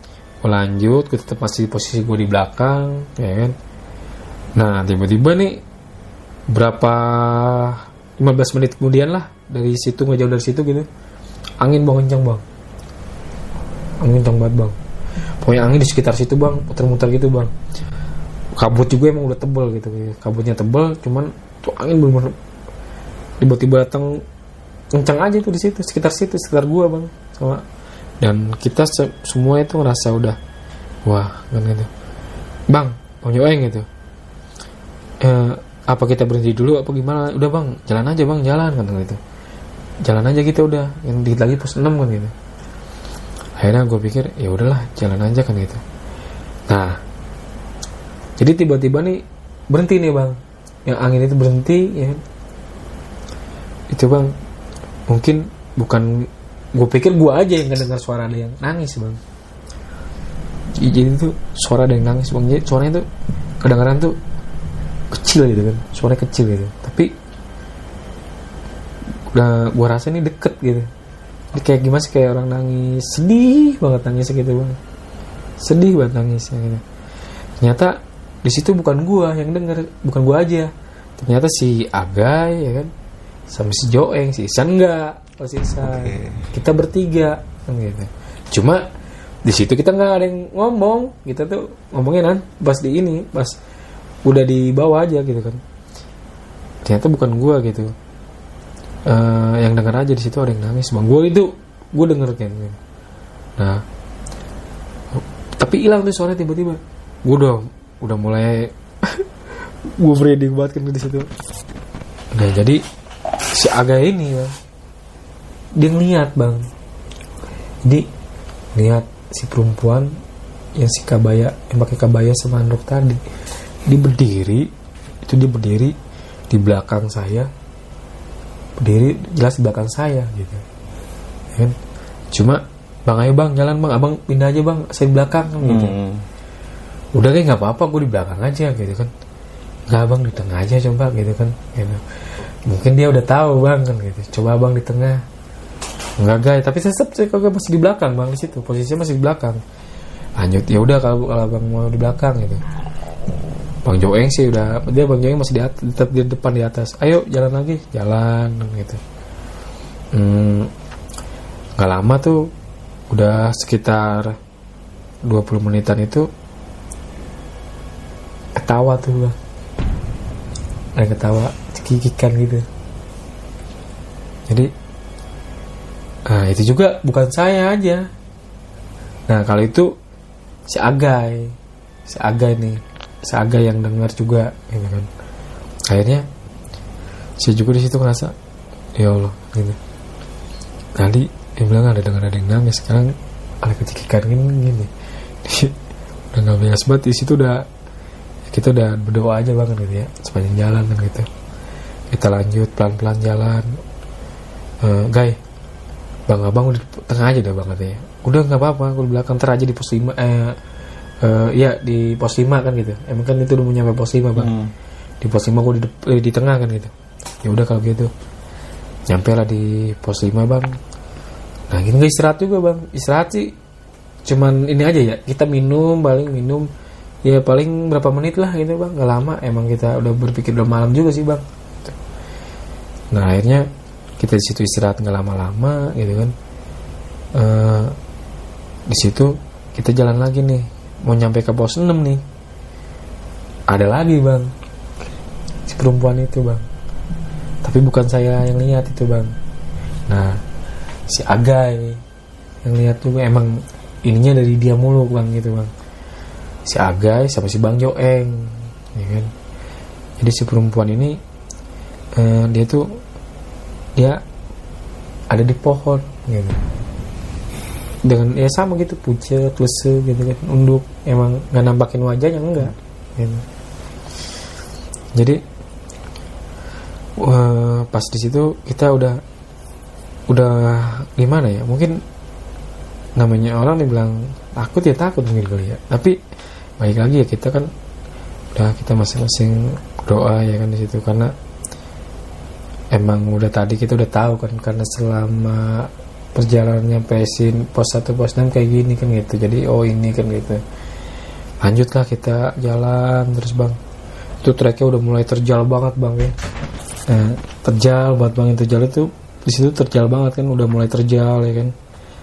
Gue tetap masih posisi gue di belakang ya kan. Nah tiba-tiba nih berapa 15 menit kemudian lah dari situ, nggak jauh dari situ gitu, angin kencang bang, angin kencang banget bang. Pokoknya angin di sekitar situ bang, muter-muter gitu bang. Kabut juga emang udah tebel gitu, kabutnya tebel, cuman tuh angin bener-bener tiba-tiba datang kencang aja tuh di situ, sekitar gua bang sama. Dan kita semua itu ngerasa udah wah kan gitu bang, Bang Joeng gitu, apa kita berhenti dulu apa gimana? Udah bang, jalan aja bang, jalan kan gitu, jalan aja kita udah, yang dikit lagi pos 6 kan gitu. Akhirnya gue pikir ya udahlah jalan aja kan gitu. Nah jadi tiba-tiba nih berhenti nih bang, yang angin itu berhenti ya. Itu bang mungkin bukan, gue pikir gue aja yang dengar suara ada yang nangis bang. Jadi itu suara ada yang nangis bang. Jadi suaranya tuh kedengaran tuh kecil gitu kan, suaranya kecil gitu. Tapi udah gue rasa ini deket gitu. Jadi kayak gimana sih, kayak orang nangis, sedih banget nangis gitu bang, sedih banget nangisnya gitu. Ternyata di situ bukan gue yang denger, bukan gue aja. Ternyata si Agai ya kan, sama si Joeng, si Isan enggak. Pas kita bertiga kan gitu. Cuma di situ kita nggak ada yang ngomong, kita tuh ngomongin kan pas di ini, pas udah di bawah aja gitu kan. Ternyata bukan gua gitu, yang dengar aja di situ ada yang nangis bang. Gue denger kan gitu. Nah tapi hilang tuh suara tiba-tiba. Gue udah mulai gue merinding banget kan di situ. Nah jadi si Aga ini bang, dia ngeliat bang, jadi lihat si perempuan yang si kabaya, yang pakai kabaya sama handuk tadi, dia berdiri di belakang saya, berdiri jelas di belakang saya gitu kan. Cuma bang ayo bang jalan bang, abang pindah aja bang, saya di belakang kan gitu. Udah kayak nggak apa-apa, gue di belakang aja gitu kan. Nggak bang, di tengah aja coba gitu kan gitu. Mungkin dia udah tahu bang kan gitu, coba bang di tengah. Enggak guys, tapi saya kagak, masih di belakang bang, di situ posisinya masih di belakang. Lanjut, ya udah kalau bang mau di belakang gitu. Bang Joeng sih udah, dia bang Joeng masih di atas, tetap di depan di atas. Ayo jalan lagi, jalan gitu. Nggak lama tuh, udah sekitar 20 menitan itu ketawa tuh bang, ada ketawa cekikikan gitu. Jadi nah itu juga bukan saya aja. Nah kalau itu si Agai yang dengar juga gitu kan. Akhirnya saya juga di situ ngerasa ya Allah gitu. Tadi dia bilang ada yang nangis, sekarang ada kecikikan gini. Udah nggak beres banget di situ, kita udah berdoa aja banget gitu ya sepanjang jalan kan gitu. Kita lanjut pelan-pelan jalan. Guys, bang abang udah di tengah aja dah bang katanya. Udah nggak apa-apa, aku di belakang, ntar aja di pos 5. Iya di pos 5 kan gitu. Emang kan itu udah mau nyampe pos 5 bang. Di pos 5 gue di tengah kan gitu. Ya udah kalau gitu. Nyampe lah di pos 5 bang. Nah gitu nggak istirahat juga bang. Istirahat sih cuman ini aja ya. Kita paling minum. Ya paling berapa menit lah gitu bang. Nggak lama. Emang kita udah berpikir udah malam juga sih bang. Nah akhirnya kita di situ istirahat nggak lama-lama gitu kan. Di situ kita jalan lagi nih, mau nyampe ke pos 6 nih, ada lagi bang si perempuan itu bang, tapi bukan saya yang lihat itu bang. Nah si Agai yang lihat tuh emang ininya dari dia mulu bang gitu bang, si Agai sama si Bang Joeng ya kan. Jadi si perempuan ini dia ada di pohon gitu, dengan ya sama gitu, pucet, lesu gitu kan, unduk, emang nggak nampakin wajahnya enggak gitu. Jadi pas di situ kita udah gimana ya, mungkin namanya orang dibilang takut ya takut mungkin kali ya, tapi baik lagi ya kita kan udah kita masing-masing berdoa ya kan di situ, karena emang udah tadi kita udah tahu kan, karena selama perjalanannya pesin pos 1 pos 6 kayak gini kan gitu. Jadi ini kan gitu. Lanjutlah kita jalan terus bang. Itu treknya udah mulai terjal banget bang ya. Nah, terjal banget bang, itu jalan tuh di situ terjal banget kan, udah mulai terjal ya kan.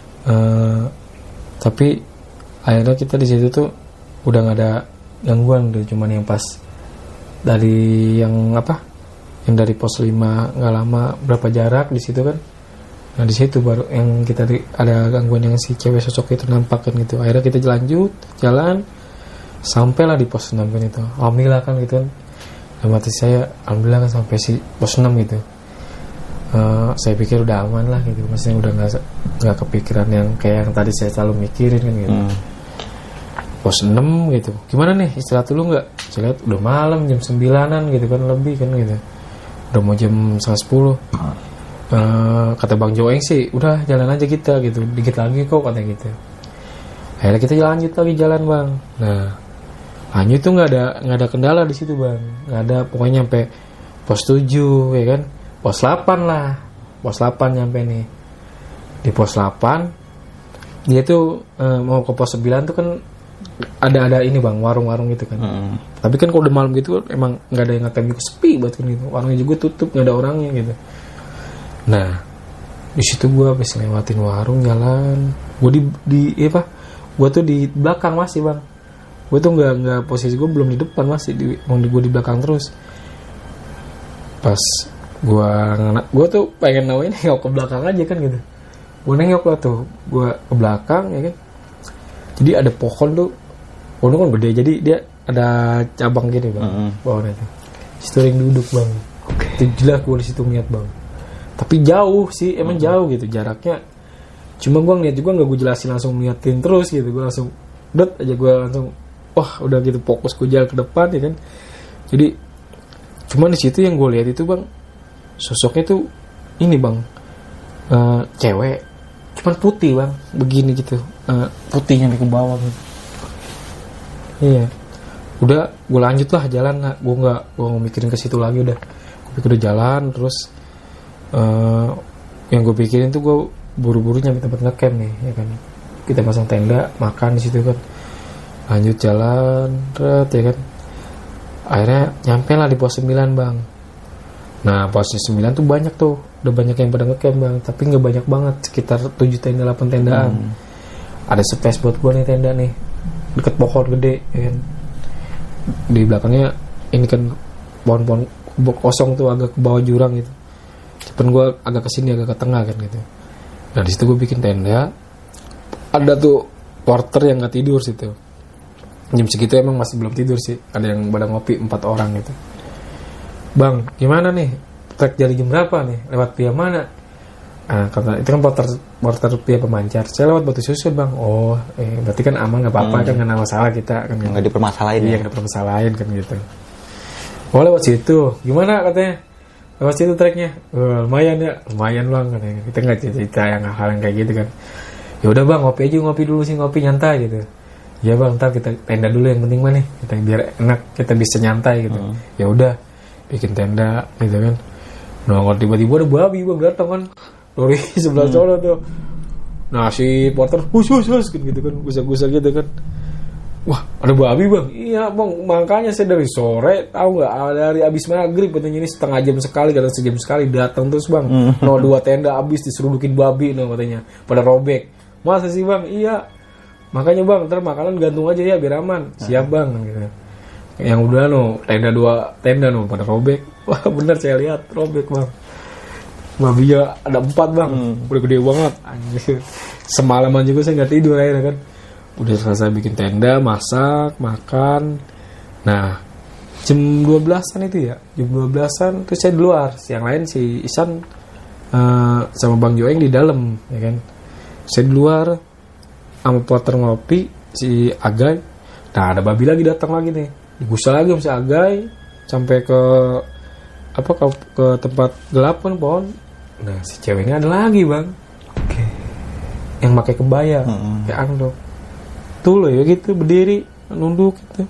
Tapi akhirnya kita di situ tuh udah nggak ada gangguan, udah cuman yang pas dari yang yang dari pos 5 nggak lama berapa jarak di situ kan. Nah di situ baru yang kita ada gangguan yang si cewek sosok itu nampak kan gitu. Akhirnya kita lanjut jalan sampailah di pos 6 kan itu. Alhamdulillah kan gitu kan. Dalam hati saya alhamdulillah kan sampai si pos 6 gitu. Saya pikir udah aman lah gitu. Maksudnya udah nggak kepikiran yang kayak yang tadi saya selalu mikirin kan gitu. Pos 6 gitu. Gimana nih, istirahat dulu nggak? Saya lihat udah malam, jam 9-an gitu kan, lebih kan gitu. Udah mau jam 9:30. Kata Bang Joeng sih udah jalan aja kita gitu, dikit lagi kok katanya gitu. Akhirnya kita lanjut lagi jalan bang. Nah lanjut tuh nggak ada kendala di situ bang, nggak ada, pokoknya sampai pos 7 ya kan, pos 8 lah, pos 8 nyampe nih. Di pos 8 dia tuh mau ke pos 9 tuh kan ada ini bang, warung-warung gitu kan. Tapi kan kalau udah malam gitu emang nggak ada yang ngatain juga, sepi banget kan gitu, warungnya juga tutup, nggak ada orangnya gitu. Nah di situ gue habis lewatin warung jalan, gue gue tuh di belakang masih bang, gue tuh nggak posisi gue belum di depan, masih gue di belakang terus. Pas gue tuh pengen namanya nengok ke belakang aja kan gitu, gue nengok lah tuh gue ke belakang ya kan. Jadi ada pohon kan gede, jadi dia ada cabang gini bang, pohonnya itu. Situ yang duduk bang, itu jelas gue di situ ngeliat bang. Tapi jauh sih, emang jauh gitu jaraknya. Cuma gue ngeliat juga, nggak gue jelasin langsung ngeliatin terus gitu. Gue langsung aja gue langsung wah udah gitu fokus gue jalan ke depan ya kan. Jadi cuman di situ yang gue lihat itu bang, sosoknya tuh ini bang, cewek, cuman putih bang, begini gitu, putih nyampe ke bawah gitu. Iya, udah gue lanjut lah jalan, gue nggak mikirin ke situ lagi, udah gue pikir udah jalan terus. Yang gue pikirin tuh gue buru-buru nyampe tempat ngecamp nih ya kan, kita pasang tenda, makan di situ kan, lanjut jalan ya kan, akhirnya nyampe lah di pos 9 bang. Nah pos 9 tuh banyak tuh, udah banyak yang pada ngecamp bang, tapi nggak banyak banget, sekitar 7 tenda 8 tendaan. Ada space buat gue nih tenda nih, deket pohon gede ya kan, di belakangnya ini kan pohon-pohon kosong tuh agak ke bawah jurang gitu. Cuman gue agak kesini, agak ke tengah kan gitu. Nah di situ gue bikin tenda. Ada tuh porter yang nggak tidur situ. Jam segitu emang masih belum tidur sih. Ada yang pada ngopi 4 orang gitu. Bang, gimana nih? Trek jari jam berapa nih? Lewat via mana? Nah, kata itu kan porter via Pemancar. Saya lewat Batu Susun bang. Oh, berarti kan aman, nggak apa-apa kan, nggak ada masalah kita kan. Nggak dipermasalahin. Iya, nggak dipermasalahin kan gitu. Oh lewat situ. Gimana katanya? Lewat situ treknya, lumayan bang katanya. Kita nggak cerita yang hal yang kayak gitu kan. Ya udah bang, ngopi dulu sih, ngopi nyantai gitu. Ya bang, ntar kita tenda dulu yang penting mah nih, kita biar enak, kita bisa nyantai gitu. Ya udah, bikin tenda gitu kan. Nah tiba-tiba ada babi bang datang kan dari sebelah sana tuh. Nah si porter hus kan gitu kan, gusak gitu kan. Wah ada babi bang. Iya bang, makanya saya dari sore tahu nggak, dari abis maghrib katanya, ini setengah jam sekali, kadang sejam sekali datang terus bang. No 2 tenda abis diserudukin babi no katanya, pada robek. Masa sih bang? Iya, makanya bang ntar makanan gantung aja ya biar aman. Siap bang gitu. Yang udah no tenda 2 tenda no pada robek. Wah bener saya lihat robek bang. Babinya ada 4 bang, udah gede banget. Semalaman juga saya nggak tidur akhirnya kan. Udah selesai bikin tenda, masak, makan. Nah jam 12an itu ya, jam 12an terus saya di luar. Yang lain si Isan sama Bang Joeng di dalam ya kan. Saya di luar sama porter ngopi, si Agai. Nah ada babi lagi datang lagi nih, digusah lagi sama si Agai sampai ke ke tempat gelap kan pohon. Nah si ceweknya ada lagi bang, yang pakai kebaya kayak andok tuh loh ya gitu, berdiri nunduk gitu.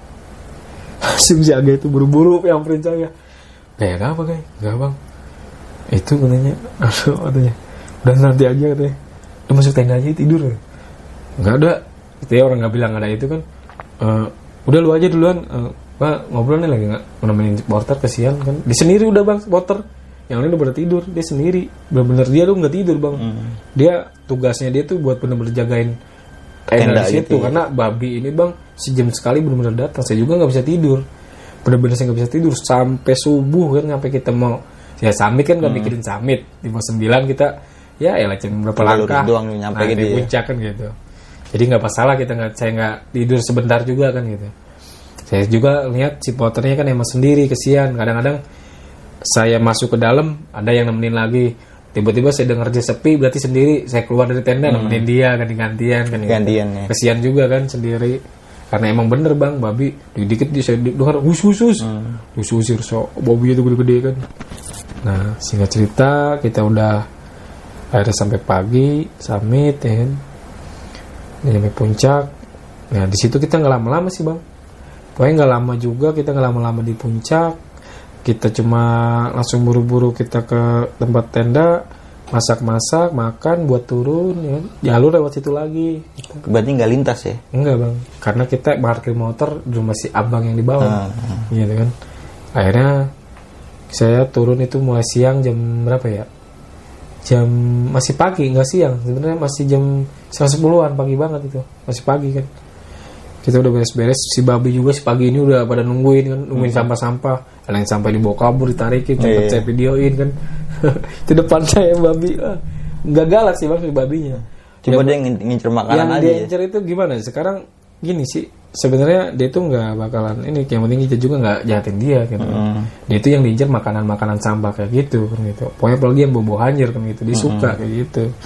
Si Agai itu buru-buru nyamperin saya. Kayak apa guys? Enggak bang, itu katanya, aduh katanya, udah nanti aja katanya, udah masuk tenda aja tidur ya. Enggak ada, itu ya orang nggak bilang ada itu kan. Udah lu aja duluan, Pak ngobrol nih lagi nggak nemenin porter, kesian kan. Dia sendiri udah bang, porter yang lain udah pada tidur, dia sendiri, bener-bener dia tuh nggak tidur bang. Dia tugasnya dia tuh buat bener-bener jagain tenda di situ gitu, karena babi ini bang sejam sekali bener-bener datang. Saya juga nggak bisa tidur, bener-bener saya nggak bisa tidur sampai subuh kan, sampai kita mau ya summit kan, nggak mikirin summit di pos 9 kita ya jam berapa langkah nyampe di puncak kan gitu. Jadi nggak masalah kita saya nggak tidur sebentar juga kan gitu. Saya juga lihat si porternya kan emang sendiri, kesian. Kadang-kadang saya masuk ke dalam ada yang nemenin lagi, tiba-tiba saya dengar dia sepi, berarti sendiri saya keluar dari tenda nemenin dia ganti-gantian kan. Gantian ya. Kesian juga kan sendiri. Karena emang bener bang, babi dikit saya dengar usus so babi itu gede-gede kan. Nah singkat cerita kita udah akhirnya sampai pagi summit ya kan, sampai puncak. Nah di situ kita nggak lama-lama sih bang, pokoknya nggak lama juga, kita nggak lama-lama di puncak. Kita cuma langsung buru-buru kita ke tempat tenda, masak-masak, makan buat turun ya. Jalur lewat situ lagi gitu. Berarti nggak lintas ya? Enggak bang, karena kita parkir motor di rumah si abang yang di bawah gitu kan. Akhirnya saya turun itu mulai siang, jam berapa ya, jam masih pagi, nggak siang sebenarnya, masih jam 10-an, pagi banget itu, masih pagi kan. Kita udah beres-beres, si babi juga si pagi ini udah pada nungguin kan, nungguin sampah-sampah. Ada yang sampai dibawa kabur, ditarikin, cepet saya videoin kan. Itu depan saya babi, nggak galak sih bang si babinya. Cuma dia ngincer makanan yang aja. Yang dia ngincer itu gimana? Sekarang gini sih, sebenarnya dia tuh nggak bakalan ini. Yang penting kita juga nggak jahatin dia gitu. Dia itu yang diincer makanan sampah kayak gitu kan gitu. Pokoknya apalagi yang bobo anjir kan gitu, dia suka kayak gitu.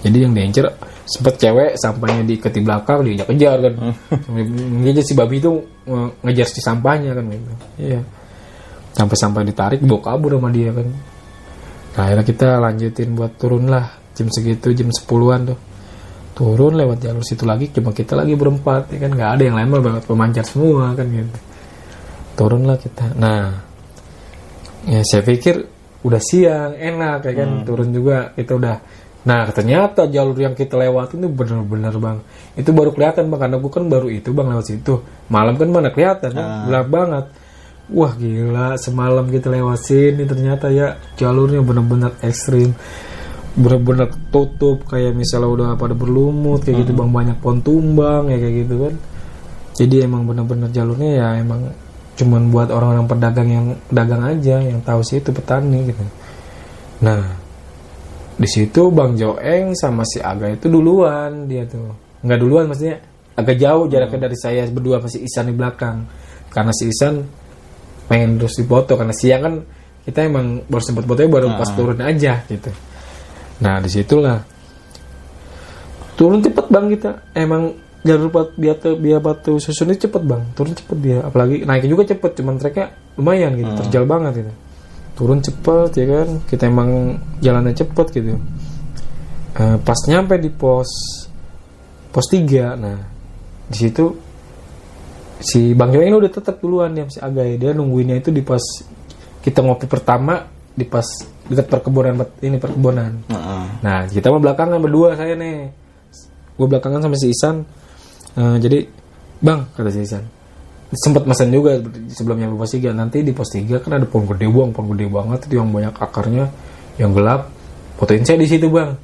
Jadi yang diincer sempet cewek sampahnya diikat di belakang, dia kejar kan. Dia si babi itu ngejar si sampahnya kan gitu. Iya. Sampai ditarik bawa kabur sama dia kan. Nah, akhirnya kita lanjutin buat turun lah jam segitu, jam 10-an tuh. Turun lewat jalur situ lagi, cuma kita lagi berempat ya kan, nggak ada yang lain mah banget pemancar semua kan gitu. Turun lah kita. Nah, ya saya pikir udah siang, enak ya kan, turun juga kita udah. Nah, ternyata jalur yang kita lewatin itu bener-bener bang, itu baru kelihatan bang, karena gue kan baru itu bang lewat situ. Malam kan mana kelihatan kan, gelap banget. Wah gila, semalam kita lewat sini ternyata ya jalurnya bener-bener ekstrim, bener-bener tutup, kayak misalnya udah pada berlumut kayak gitu bang, banyak pohon tumbang ya kayak gitu kan. Jadi emang bener-bener jalurnya ya emang cuman buat orang-orang pedagang yang dagang aja, yang tahu sih itu petani gitu. Nah, di situ Bang Joeng sama si Aga itu duluan, dia tuh nggak duluan, maksudnya agak jauh jaraknya dari saya berdua, masih Isan di belakang, karena si Isan pengen terus dipoto, karena siang kan kita emang baru sempat fotonya baru pas turun aja gitu. Nah disitulah turun cepet bang kita, emang jalur biar Batu Susun itu cepet bang, turun cepet dia, apalagi naiknya juga cepet, cuman treknya lumayan gitu, terjal banget gitu. Turun cepet ya kan, kita emang jalannya cepet gitu. Pas nyampe di pos 3, nah di situ si Bang Joeng udah tetap duluan, dia si Agai, dia nungguinnya itu di pos kita ngopi pertama, di pas dekat perkebunan. Nah kita mah belakangan berdua, saya nih gue belakangan sama si Isan. Jadi bang, kata si Isan, sempat pesan juga sebelumnya di pos 3, nanti di pos 3 kan ada pohon gede banget itu yang banyak akarnya, yang gelap, fotoin saya di situ bang.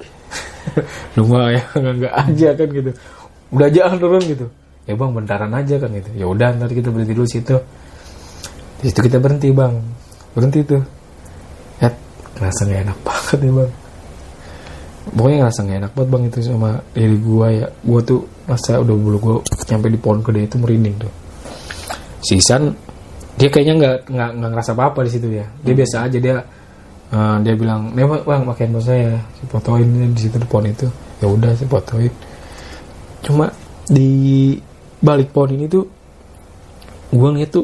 Lumayan nggak aja kan gitu, udah jangan turun gitu. Ya bang, bentaran aja kan gitu. Ya udah, ntar kita berhenti dulu situ. Di situ kita berhenti bang, berhenti tuh. Ya ngerasa nggak enak banget ya bang. Pokoknya ngerasa nggak enak banget bang itu sama diri gue ya. Gue tuh masa udah bulu gue nyampe di pohon gede itu merinding tuh. Si Isan dia kayaknya nggak ngerasa apa-apa di situ ya. Dia biasa aja, dia bilang, nih bang pakaian bos saya, fotoin di situ di pohon itu. Ya udah, saya fotoin. Cuma di balik pohon ini tuh gue ngeliat tuh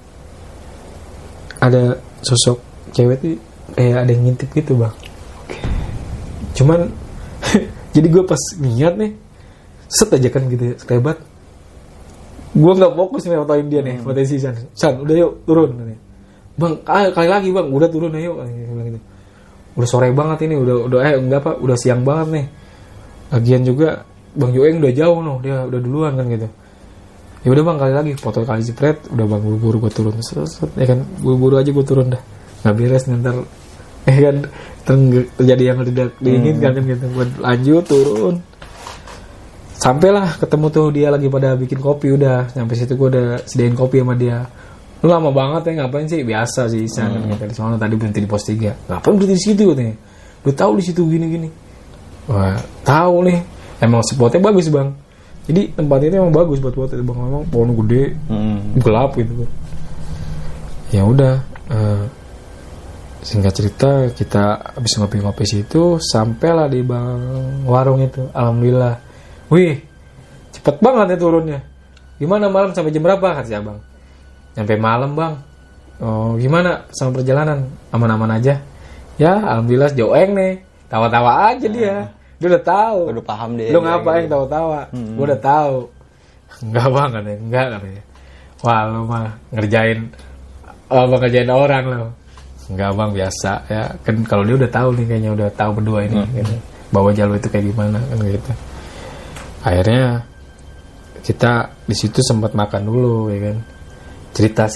ada sosok cewek tuh kayak ada yang ngintip gitu bang. Cuman jadi gue pas ngeliat nih, set aja kan gitu, sekelebat. Gue nggak fokus nih fotoin dia nih, fotoin si San, udah yuk turun nih. Bang, kali lagi bang, udah turun ayo. Gitu. Udah sore banget ini, udah siang banget nih. Lagian juga Bang Joeng udah jauh noh, dia udah duluan kan gitu. Ya udah bang, kali lagi foto kali jepret, udah bang buru-buru gue turun, ya kan, buru-buru aja gue turun dah, nggak beres ntar, ya kan, terjadi yang tidak diinginkan kan gitu. Gue lanjut turun, sampailah ketemu tuh dia lagi pada bikin kopi, udah sampai situ gue udah sediain kopi sama dia. Lu lama banget ya, ngapain sih? Biasa sih Isan kan gitu. Soalnya tadi berhenti di pos 3. Ngapain berhenti di situ katanya? Lu tahu di situ gini-gini. Wah, tahu nih. Emang spotnya bagus bang. Jadi tempat ini emang bagus buat foto bang. Emang pohon gede, gelap gitu. Ya udah. Singkat cerita kita habis ngopi-ngopi situ, sampailah di bang warung itu. Alhamdulillah. Wih, cepet banget ya turunnya. Gimana malam sampai jam berapa? Kata si abang. Sampai malam bang. Oh gimana sama perjalanan? Aman-aman aja. Ya alhamdulillah, Joeng nih. Tawa-tawa aja dia. Dia udah tahu. Udah paham dia. Lu ngapain tawa-tawa? Gue udah tahu. Enggak bang katanya. Enggak katanya. Wah lu mah ngerjain orang lo. Enggak bang, biasa ya. Kan kalau dia udah tahu nih, kayaknya udah tahu berdua ini gitu. Bahwa jalur itu kayak gimana kan gitu. Akhirnya kita di situ sempat makan dulu ya kan. Cerita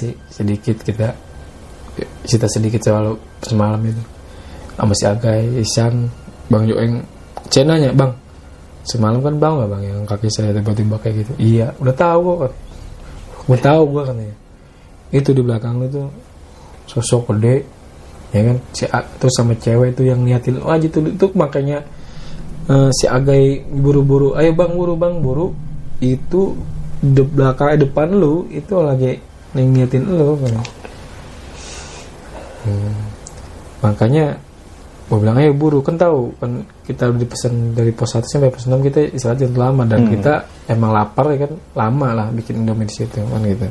sedikit soal semalam itu sama si Agai, Isan, Bang Joeng. Saya nanya, bang, semalam kan bang nggak bang yang kaki saya tiba-tiba kayak gitu? Iya, udah tahu kok kan. Gue tahu gue katanya. Itu di belakang lu tuh sosok gede, ya kan? Terus sama cewek itu yang niatin aja itu makanya si Agai buru-buru, ayo bang buru. Itu di belakang depan lu itu lagi niatin lu kan. Makanya gue bilang ayo buru, kan tahu kan kita dipesan dari pos 1 sampai pos 6 kita istirahat lama dan kita emang lapar ya kan, lama lah bikin Indomie di situ kan gitu.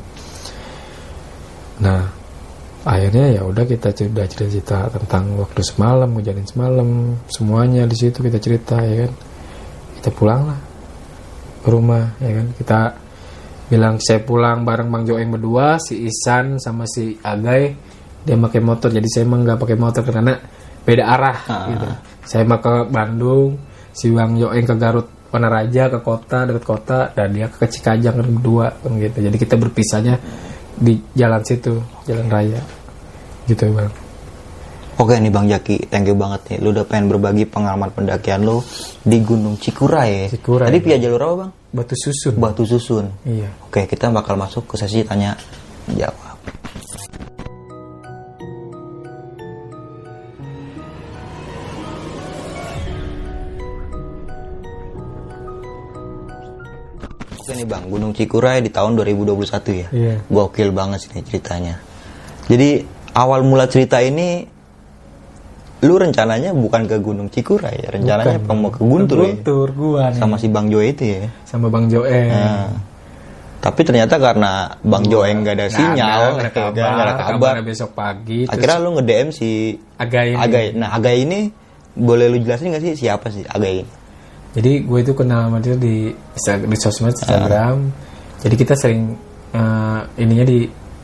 Nah akhirnya ya udah kita udah cerita tentang waktu semalam, kejadian semalam, semuanya di situ kita cerita ya kan. Kita pulang lah ke rumah ya kan, kita bilang saya pulang bareng Bang Joeng berdua, si Ihsan sama si Agai dia pakai motor, jadi saya emang nggak pakai motor karena beda arah gitu. Saya mau ke Bandung, si Bang Joeng ke Garut Wanaraja, ke kota, dekat kota, dan dia ke Cikajang berdua kan gitu. Jadi kita berpisahnya di jalan situ, jalan raya gitu ya Bang. Oke nih Bang Jaki, thank you banget nih. Lu udah pengen berbagi pengalaman pendakian lu di Gunung Cikuray ya. Cikuray. Tadi via jalur apa Bang? Batu Susun. Batu Susun. Iya. Oke, kita bakal masuk ke sesi tanya jawab. Oke nih Bang, Gunung Cikuray di tahun 2021 ya. Iya. Gokil banget sih nih ceritanya. Jadi awal mula cerita ini lu rencananya bukan ke Gunung Cikuray ya, rencananya mau ke Guntur ya. Guntur gua nih. Sama si Bang Joe itu ya. Sama Bang Joeng. Nah, tapi ternyata karena Bang Joeng gak ada sinyal, nggak ada nggak ada kabar. besok pagi. Akhirnya lu nge-DM si Agai. Nah, Agai ini boleh lu jelasin gak sih siapa sih Agai ini? Jadi gue itu kenal sama dia di sosmed Instagram. Jadi kita sering ininya di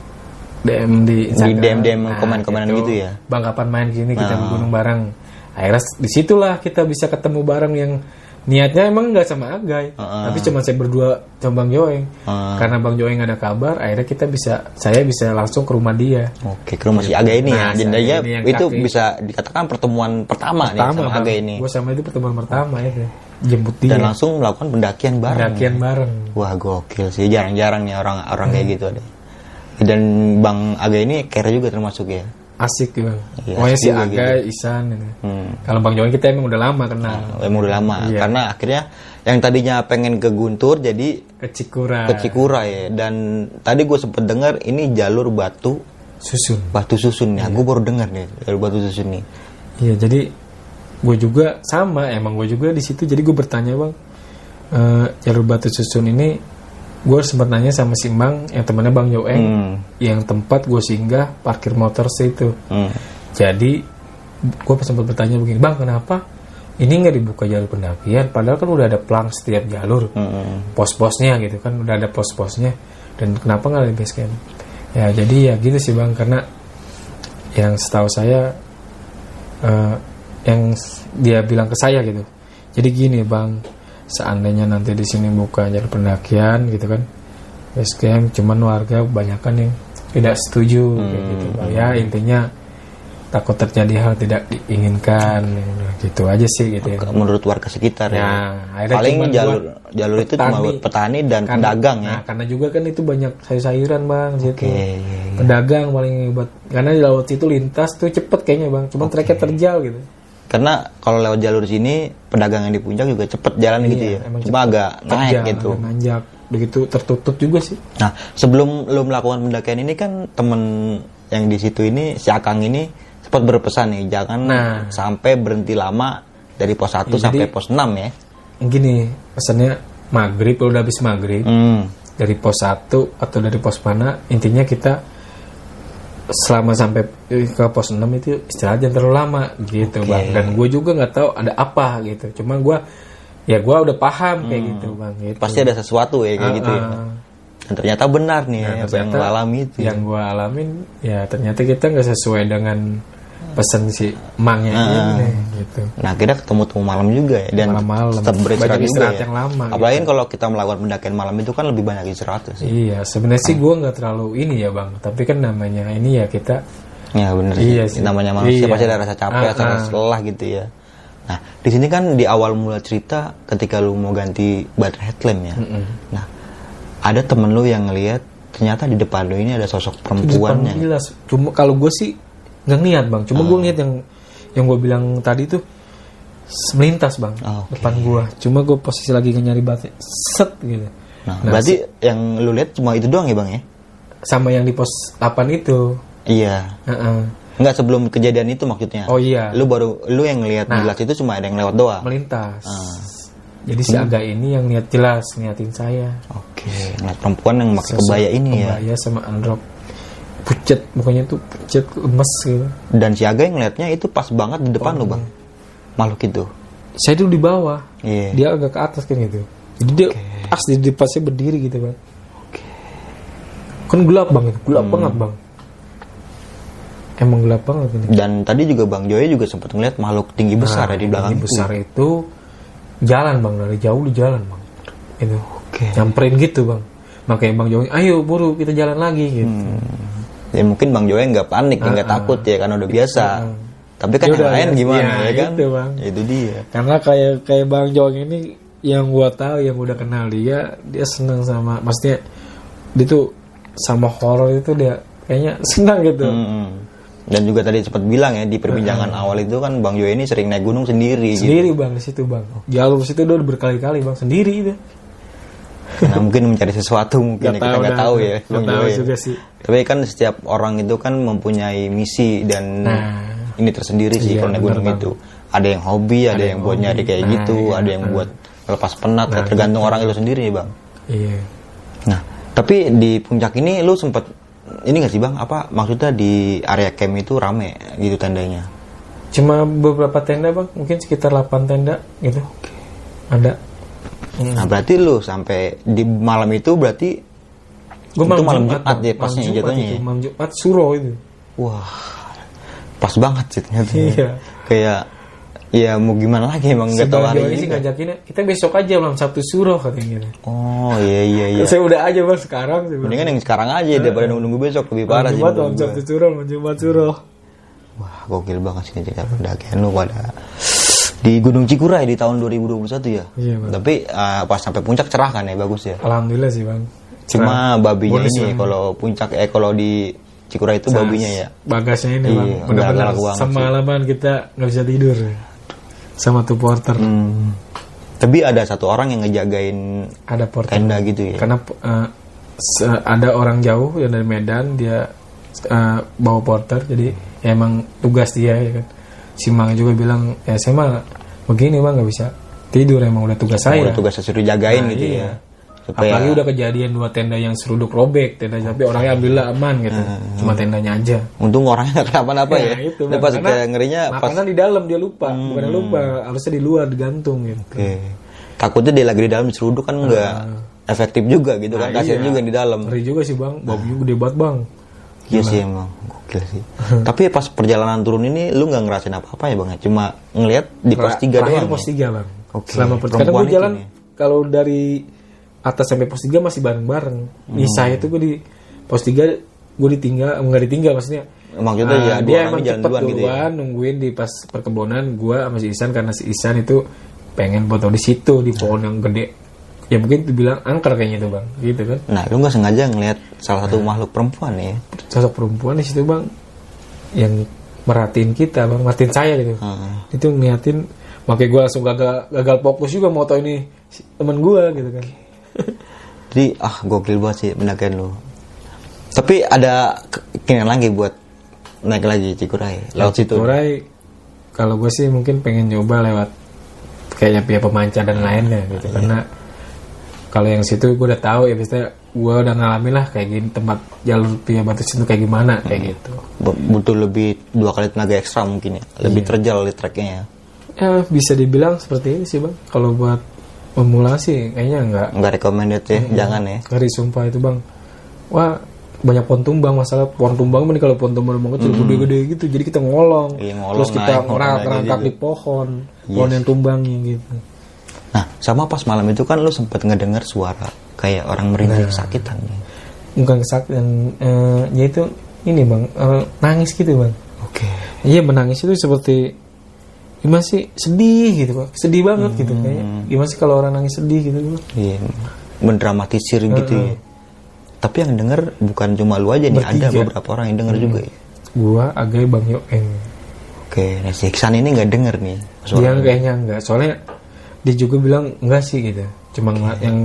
DM di Instagram. DM komen-komenan gitu ya. Bang kapan main gini kita ke gunung bareng. Akhirnya disitulah kita bisa ketemu bareng yang niatnya emang nggak sama Agai, tapi cuma saya berdua sama Bang Joeng. Karena Bang Joeng ada kabar, akhirnya saya bisa langsung ke rumah dia. Oke, ke rumah si Agai ini Nah, ya. Jadinya itu kaki. bisa dikatakan pertemuan pertama nih sama Agai ini. Gue sama itu pertemuan pertama ya. Jemput dia. Dan langsung melakukan pendakian bareng. Wah, gokil sih. Jarang-jarang nih orang kayak gitu ada. Dan Bang Agai ini care juga termasuk ya. Asik Bang. Iya, Pokoknya si asik juga Agai, Ihsan gitu. Kalau Bang Joeng kita emang udah lama kenal. Emang udah lama. Iya. Karena akhirnya yang tadinya pengen ke Guntur jadi Ke Cikuray. ke Cikuray ya. Dan tadi gue sempet dengar ini jalur Batu Susun ya. Gue baru dengar nih jalur Batu Susun nih. Iya, jadi gue juga sama, emang gue juga di situ. Jadi gue bertanya Bang, jalur Batu Susun ini gue sempat nanya sama si Bang yang temannya Bang Joeng, yang tempat gue singgah parkir motor situ. Jadi gue sempat bertanya begini, Bang kenapa ini nggak dibuka jalur pendakian? Padahal kan udah ada pelang setiap jalur, pos-posnya gitu kan, udah ada pos-posnya. Dan kenapa nggak ada base camp? Ya jadi ya gitu sih Bang, karena yang setahu saya yang dia bilang ke saya gitu. Jadi gini Bang, seandainya nanti di sini buka jalur pendakian gitu kan, base camp, cuman warga kebanyakan yang tidak setuju kayak gitu Bang. Ya intinya takut terjadi hal tidak diinginkan gitu aja sih gitu ya. Menurut warga sekitar ya. Paling jalur itu cuma buat petani dan pedagang ya. Nah, karena juga kan itu banyak sayur-sayuran Bang situ. Pedagang paling hebat. Karena di laut itu lintas tuh cepet kayaknya Bang. Cuma treknya terjal gitu. Karena kalau lewat jalur sini pedagang yang di puncak juga cepet jalan gitu ya. Cuma agak naik gitu. Agak nanjak. Begitu tertutup juga sih. Nah, sebelum lo melakukan pendakian ini kan temen yang di situ ini si Akang ini sempat berpesan nih jangan sampai berhenti lama dari pos 1 sampai pos 6 ya. Gini, pesannya maghrib, udah habis maghrib dari pos 1 atau dari pos mana, intinya kita selama sampai ke pos 6 itu istirahat jangan terlalu lama gitu Bang. Dan gue juga nggak tahu ada apa gitu, cuma gue udah paham kayak gitu Bang gitu. Pasti ada sesuatu ya kayak gitu ya. Dan ternyata benar nih yang lo alami itu. Yang gue alamin ya ternyata kita nggak sesuai dengan pesan si Mangnya ini gitu. Nah kita ketemu malam juga ya, dan malam. tetap beristirahat juga ya. Yang lama, apalagi gitu. Kalau kita melakukan pendakian malam itu kan lebih banyak istirahat sih. Iya sebenarnya sih gue nggak terlalu ini ya Bang, tapi kan namanya ini ya kita. Ya benar sih. Namanya manusia pasti ada rasa capek, rasa lelah gitu ya. Nah di sini kan di awal mula cerita ketika lu mau ganti baterai headlamp ya. Nah ada temen lu yang ngelihat ternyata di depan lu ini ada sosok perempuannya. Jelas. Cuma kalau gue sih nggak niat Bang, cuma gue niat yang gue bilang tadi tuh melintas Bang depan gue. Cuma gue posisi lagi nyari baterai, set gitu. Nah berarti yang lu lihat cuma itu doang ya Bang ya? Sama yang di pos 8 itu. Iya. Enggak, sebelum kejadian itu maksudnya. Oh iya. Lu yang ngelihat jelas itu cuma ada yang lewat doang. Melintas. Jadi si Aga ini yang niat jelas niatin saya. Oke. Ngeliat perempuan yang pakai kebaya ini ya. Kebaya sama androk. Pucet, mukanya tuh pucet, lemes gitu. Dan si Aga yang ngeliatnya itu pas banget di depan lu, Bang. Makhluk itu. Saya dulu di bawah. Iya. Dia agak ke atas kan gitu. Jadi dia pas di depan saya berdiri gitu, Bang. Kan gelap Bang, gelap banget Bang. Emang gelap banget ini. Dan tadi juga Bang Joy juga sempat ngeliat makhluk tinggi besar di belakang tinggi besar itu jalan Bang, dari jauh di jalan Bang. Itu. Nyamperin gitu Bang. Makanya Bang Joy, ayo buru kita jalan lagi gitu. Ya mungkin Bang Joy nggak panik, nggak takut ya karena udah biasa. Tapi kan yang lain gimana ya kan? Itu, Bang. Itu dia. Karena kayak Bang Joy ini yang gua tahu, yang udah kenal dia senang sama, maksudnya dia tuh sama horor itu dia kayaknya senang gitu. Dan juga tadi sempat bilang ya di perbincangan awal itu kan Bang Joy ini sering naik gunung sendiri gitu. Bang di situ Bang. Jalur situ udah berkali-kali Bang sendiri itu. Nah, mungkin mencari sesuatu mungkin kita nggak tahu ya Bang Joy. Juga sih. Tapi kan setiap orang itu kan mempunyai misi dan ini tersendiri sih kalau naik gunung itu. Ada yang hobi, ada yang buat nyari kayak gitu, ada yang buat lepas penat, tergantung orang itu sendiri Bang. Iya. Nah, tapi di puncak ini lu sempet ini nggak sih Bang? Apa maksudnya di area camp itu rame gitu tendanya? Cuma beberapa tenda Bang, mungkin sekitar 8 tenda gitu. Ada. Nah berarti lu sampai di malam itu berarti itu malam Jumat ya pasnya jatuhnya ya? Malam Jumat Suro itu. Wah, pas banget sih ternyata. Iya. Kayak ya mau gimana lagi emang nggak tahu hari ini. Sih ngajakinnya kita besok aja Bang, Sabtu Suro katanya gitu. Oh iya. Saya udah aja Bang sekarang. Mendingan yang sekarang aja daripada nunggu besok, lebih parah sih. Sabtu Suro, Jumat Suro. Wah gokil banget sih cerita pendakian lu pada di Gunung Cikuray di tahun 2021 ya. Iya Bang. Tapi pas sampai puncak cerah kan ya, bagus ya. Alhamdulillah sih Bang. Cuma babinya ini kalau puncak kalau di Cikuray itu babinya ya. Bagasnya ini Bang. Benar-benar semalaman kita nggak bisa tidur. Sama tuh porter. Tapi ada satu orang yang ngejagain ada porter tenda gitu ya. Karena ada orang jauh yang dari Medan, dia bawa porter, jadi ya emang tugas dia ya kan. Si Mang juga bilang ya saya mah begini Bang nggak bisa tidur, emang udah tugas saya. Udah tugas saya suruh jagain gitu iya. ya. Supaya... Apalagi udah kejadian 2 tenda yang seruduk robek, tenda tapi orangnya alhamdulillah aman gitu. Cuma tendanya aja. Untung orangnya nggak kenapa-napa ya. Itu, pas kayak ngerinya makanan di dalam dia lupa, bukan lupa, harusnya di luar digantung gitu. Takutnya dia lagi di dalam diseruduk kan nggak efektif juga gitu kan, kasihan juga di dalam. Ngeri juga sih Bang, babunya gede banget Bang. Iya sih emang, gokil sih. Tapi pas perjalanan turun ini lu nggak ngerasain apa-apa ya Bang ya? Cuma ngelihat di pos 3 doang. Terakhir pos 3 Bang. Selama perjalanan gue jalan kalau dari atas sampai pos 3 masih bareng-bareng. Saya itu gue di pos 3 gue nggak ditinggal maksudnya. Maksudnya ya dia emang jalan cepet duluan gitu ya. Nungguin di pas perkebunan gue sama si Ihsan, karena si Ihsan itu pengen foto di situ di pohon yang gede. Ya mungkin dibilang angker kayaknya itu Bang, gitu kan. Nah, lu nggak sengaja ngelihat salah satu makhluk perempuan ya. Sosok perempuan di situ Bang yang merhatiin kita Bang, merhatiin saya gitu. Itu ngeliatin, makanya gue langsung gagal fokus juga moto ini teman gue gitu kan. Jadi gokil banget sih pendakian lu. Tapi ada keinginan lagi buat naik lagi Cikuray lewat situ. Cikuray kalau gue sih mungkin pengen nyoba lewat kayak via pemancar dan lainnya gitu. Karena kalau yang situ gue udah tahu ya, biasanya gue udah ngalamin lah kayak gini, tempat jalur via batu itu kayak gimana kayak gitu. Butuh lebih 2 kali tenaga ekstra mungkin ya, lebih terjal di treknya ya. Bisa dibilang seperti ini sih Bang. Kalau buat pemula sih kayaknya nggak recommended ya, jangan ya. Ngeri sumpah itu Bang. Wah banyak pohon tumbang, masalah pohon tumbang nih, kalau pohon tumbang kecil gede-gede gitu, jadi kita ngolong, terus kita ngerangkak di pohon yang tumbangnya gitu. Nah sama pas malam itu kan lu sempat ngedengar suara kayak orang merinding kesakitan. Bukan kesakitan, ya itu ini Bang, nangis gitu Bang. Iya menangis itu seperti gimana sih, sedih gitu Bang, sedih banget gitu kayak gimana sih kalau orang nangis sedih gitu Bang. Iya, mendramatisir gitu ya. Tapi yang denger bukan cuma lu aja nih, ada beberapa orang yang denger juga ya. Gua Agai, Bang Yoeng. Nah si Iksan ini nggak denger nih. Dia kayaknya enggak, soalnya dia juga bilang enggak sih gitu. Cuma yang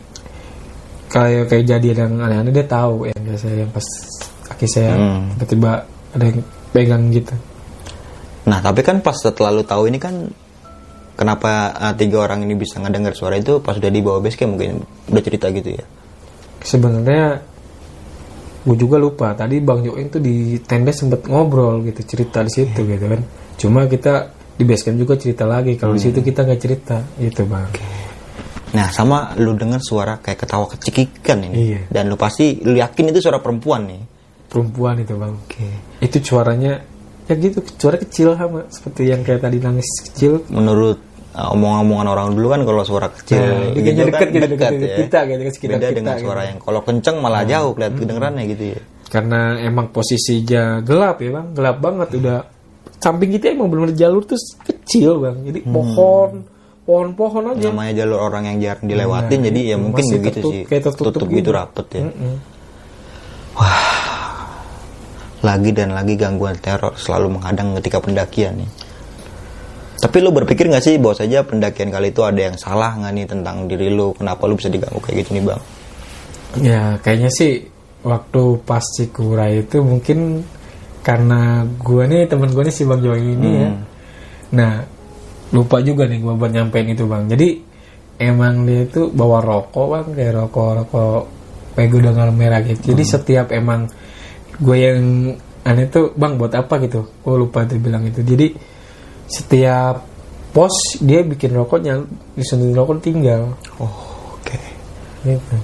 kayak kejadian yang aneh-aneh dia tahu yang biasa yang pas kaki saya tiba-tiba ada yang pegang gitu. Nah tapi kan pas setelah lu tahu ini kan, kenapa 3 orang ini bisa ngedengar suara itu pas udah di bawah base camp, mungkin udah cerita gitu ya? Sebenarnya gue juga lupa. Tadi Bang Joing tuh di tenda sempet ngobrol gitu, cerita di situ gitu kan. Cuma kita di base camp juga cerita lagi. Kalau di situ kita nggak cerita, itu Bang. Nah sama lu dengar suara kayak ketawa kecikikan ini. Iya. Dan lu pasti lu yakin itu suara perempuan nih. Perempuan itu Bang. Itu suaranya ya gitu, suara kecil sama seperti yang kayak tadi nangis kecil. Menurut omong-omongan orang dulu kan kalau suara kecil dia gitu dekat kan gitu, dekat dekat ya. kita gitu, sekitar beda kita, dengan gitu. suara yang kalau kenceng malah jauh kelihatan kedengerannya gitu ya. Karena emang posisinya gelap ya Bang, gelap banget. Udah samping kita emang benar-benar jalur tuh kecil Bang, jadi pohon-pohon aja. Namanya jalur orang yang jarang dilewatin, jadi ya mungkin masih begitu sih, kayak tertutup gitu gitu. rapet ya. Wah, lagi dan lagi gangguan teror selalu menghadang ketika pendakian nih. Tapi lu berpikir gak sih bahwa saja pendakian kali itu ada yang salah gak nih tentang diri lu? Kenapa lu bisa diganggu kayak gitu nih Bang? Ya kayaknya sih waktu pas Cikura itu mungkin karena gue nih, temen gue nih si Bang Joing ini ya. Nah lupa juga nih gue buat nyampein itu Bang. Jadi emang dia itu bawa rokok Bang, kayak rokok kayak gudang merah gitu. Jadi setiap emang gue yang aneh tuh Bang buat apa gitu, gue lupa tuh bilang itu. Jadi setiap pos dia bikin rokoknya, disuntik rokok tinggal. Oke. Gitu.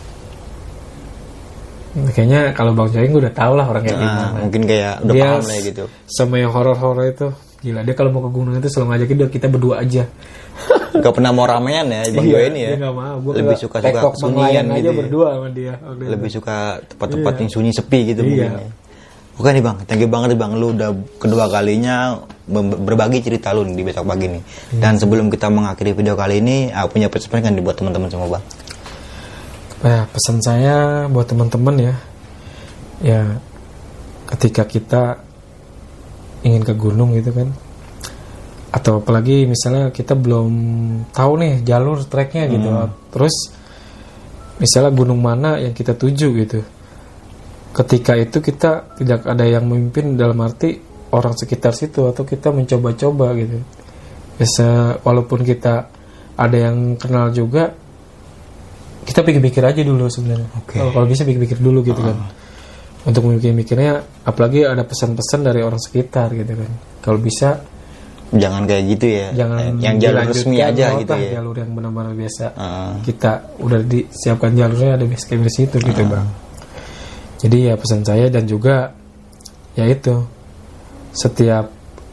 Kayaknya kalau Bang Joing udah tau lah orang kayak gimana. Mungkin kayak udah Dia paham lah ya gitu. sama yang horor-horor itu gila. Dia kalau mau ke gunung itu selalu ngajakin kita berdua aja. Gak pernah mau ramean ya Bang Joy ini ya. Dia gak mau. Gua lebih suka kesunyian aja gitu ya. Berdua sama dia. Lebih suka tempat-tempat yang sunyi sepi gitu Iya. mungkin ya. Oke nih Bang, thank you banget nih Bang, lu udah kedua kalinya berbagi cerita lu nih di besok pagi nih. Dan sebelum kita mengakhiri video kali ini, punya pesan kan buat teman-teman semua Bang? Nah, pesan saya buat teman-teman ya ketika kita ingin ke gunung gitu kan, atau apalagi misalnya kita belum tahu nih jalur treknya gitu, terus misalnya gunung mana yang kita tuju gitu. Ketika itu kita tidak ada yang memimpin dalam arti orang sekitar situ, atau kita mencoba-coba gitu. Bisa walaupun kita ada yang kenal juga, kita pikir-pikir aja dulu sebenarnya. Kalau bisa pikir-pikir dulu gitu kan. Untuk mikir-mikirnya, apalagi ada pesan-pesan dari orang sekitar gitu kan. Kalau bisa jangan kayak gitu ya. Jangan yang jalur resmi aja gitu ya. Jalur yang benar-benar biasa. Kita udah disiapkan jalurnya, ada base camp di situ gitu Bang. Jadi ya pesan saya, dan juga ya itu, setiap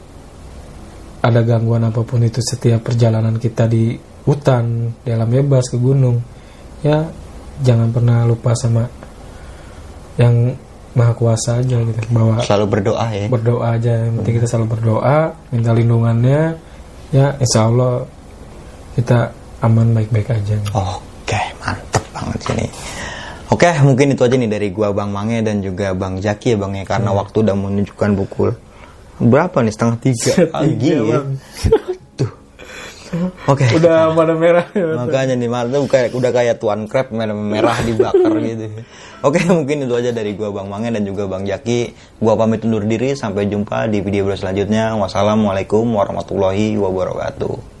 ada gangguan apapun itu, setiap perjalanan kita di hutan, di alam bebas, ke gunung, ya jangan pernah lupa sama yang Maha Kuasa aja gitu, bahwa selalu berdoa ya. Berdoa aja, yang penting kita selalu berdoa, minta lindungannya, ya insya Allah kita aman, baik-baik aja. Oke, mantep banget ini. Oke, mungkin itu aja nih dari gua Bang Mange dan juga Bang Jaki ya Bang ya, karena waktu udah menunjukkan pukul berapa nih, 2:30 pagi ya. Tuh. Oke. Udah pada merah. Makanya nih tuh udah kayak tuan crab merah dibakar gitu. Oke, mungkin itu aja dari gua Bang Mange dan juga Bang Jaki. Gua pamit undur diri, sampai jumpa di video selanjutnya. Wassalamualaikum warahmatullahi wabarakatuh.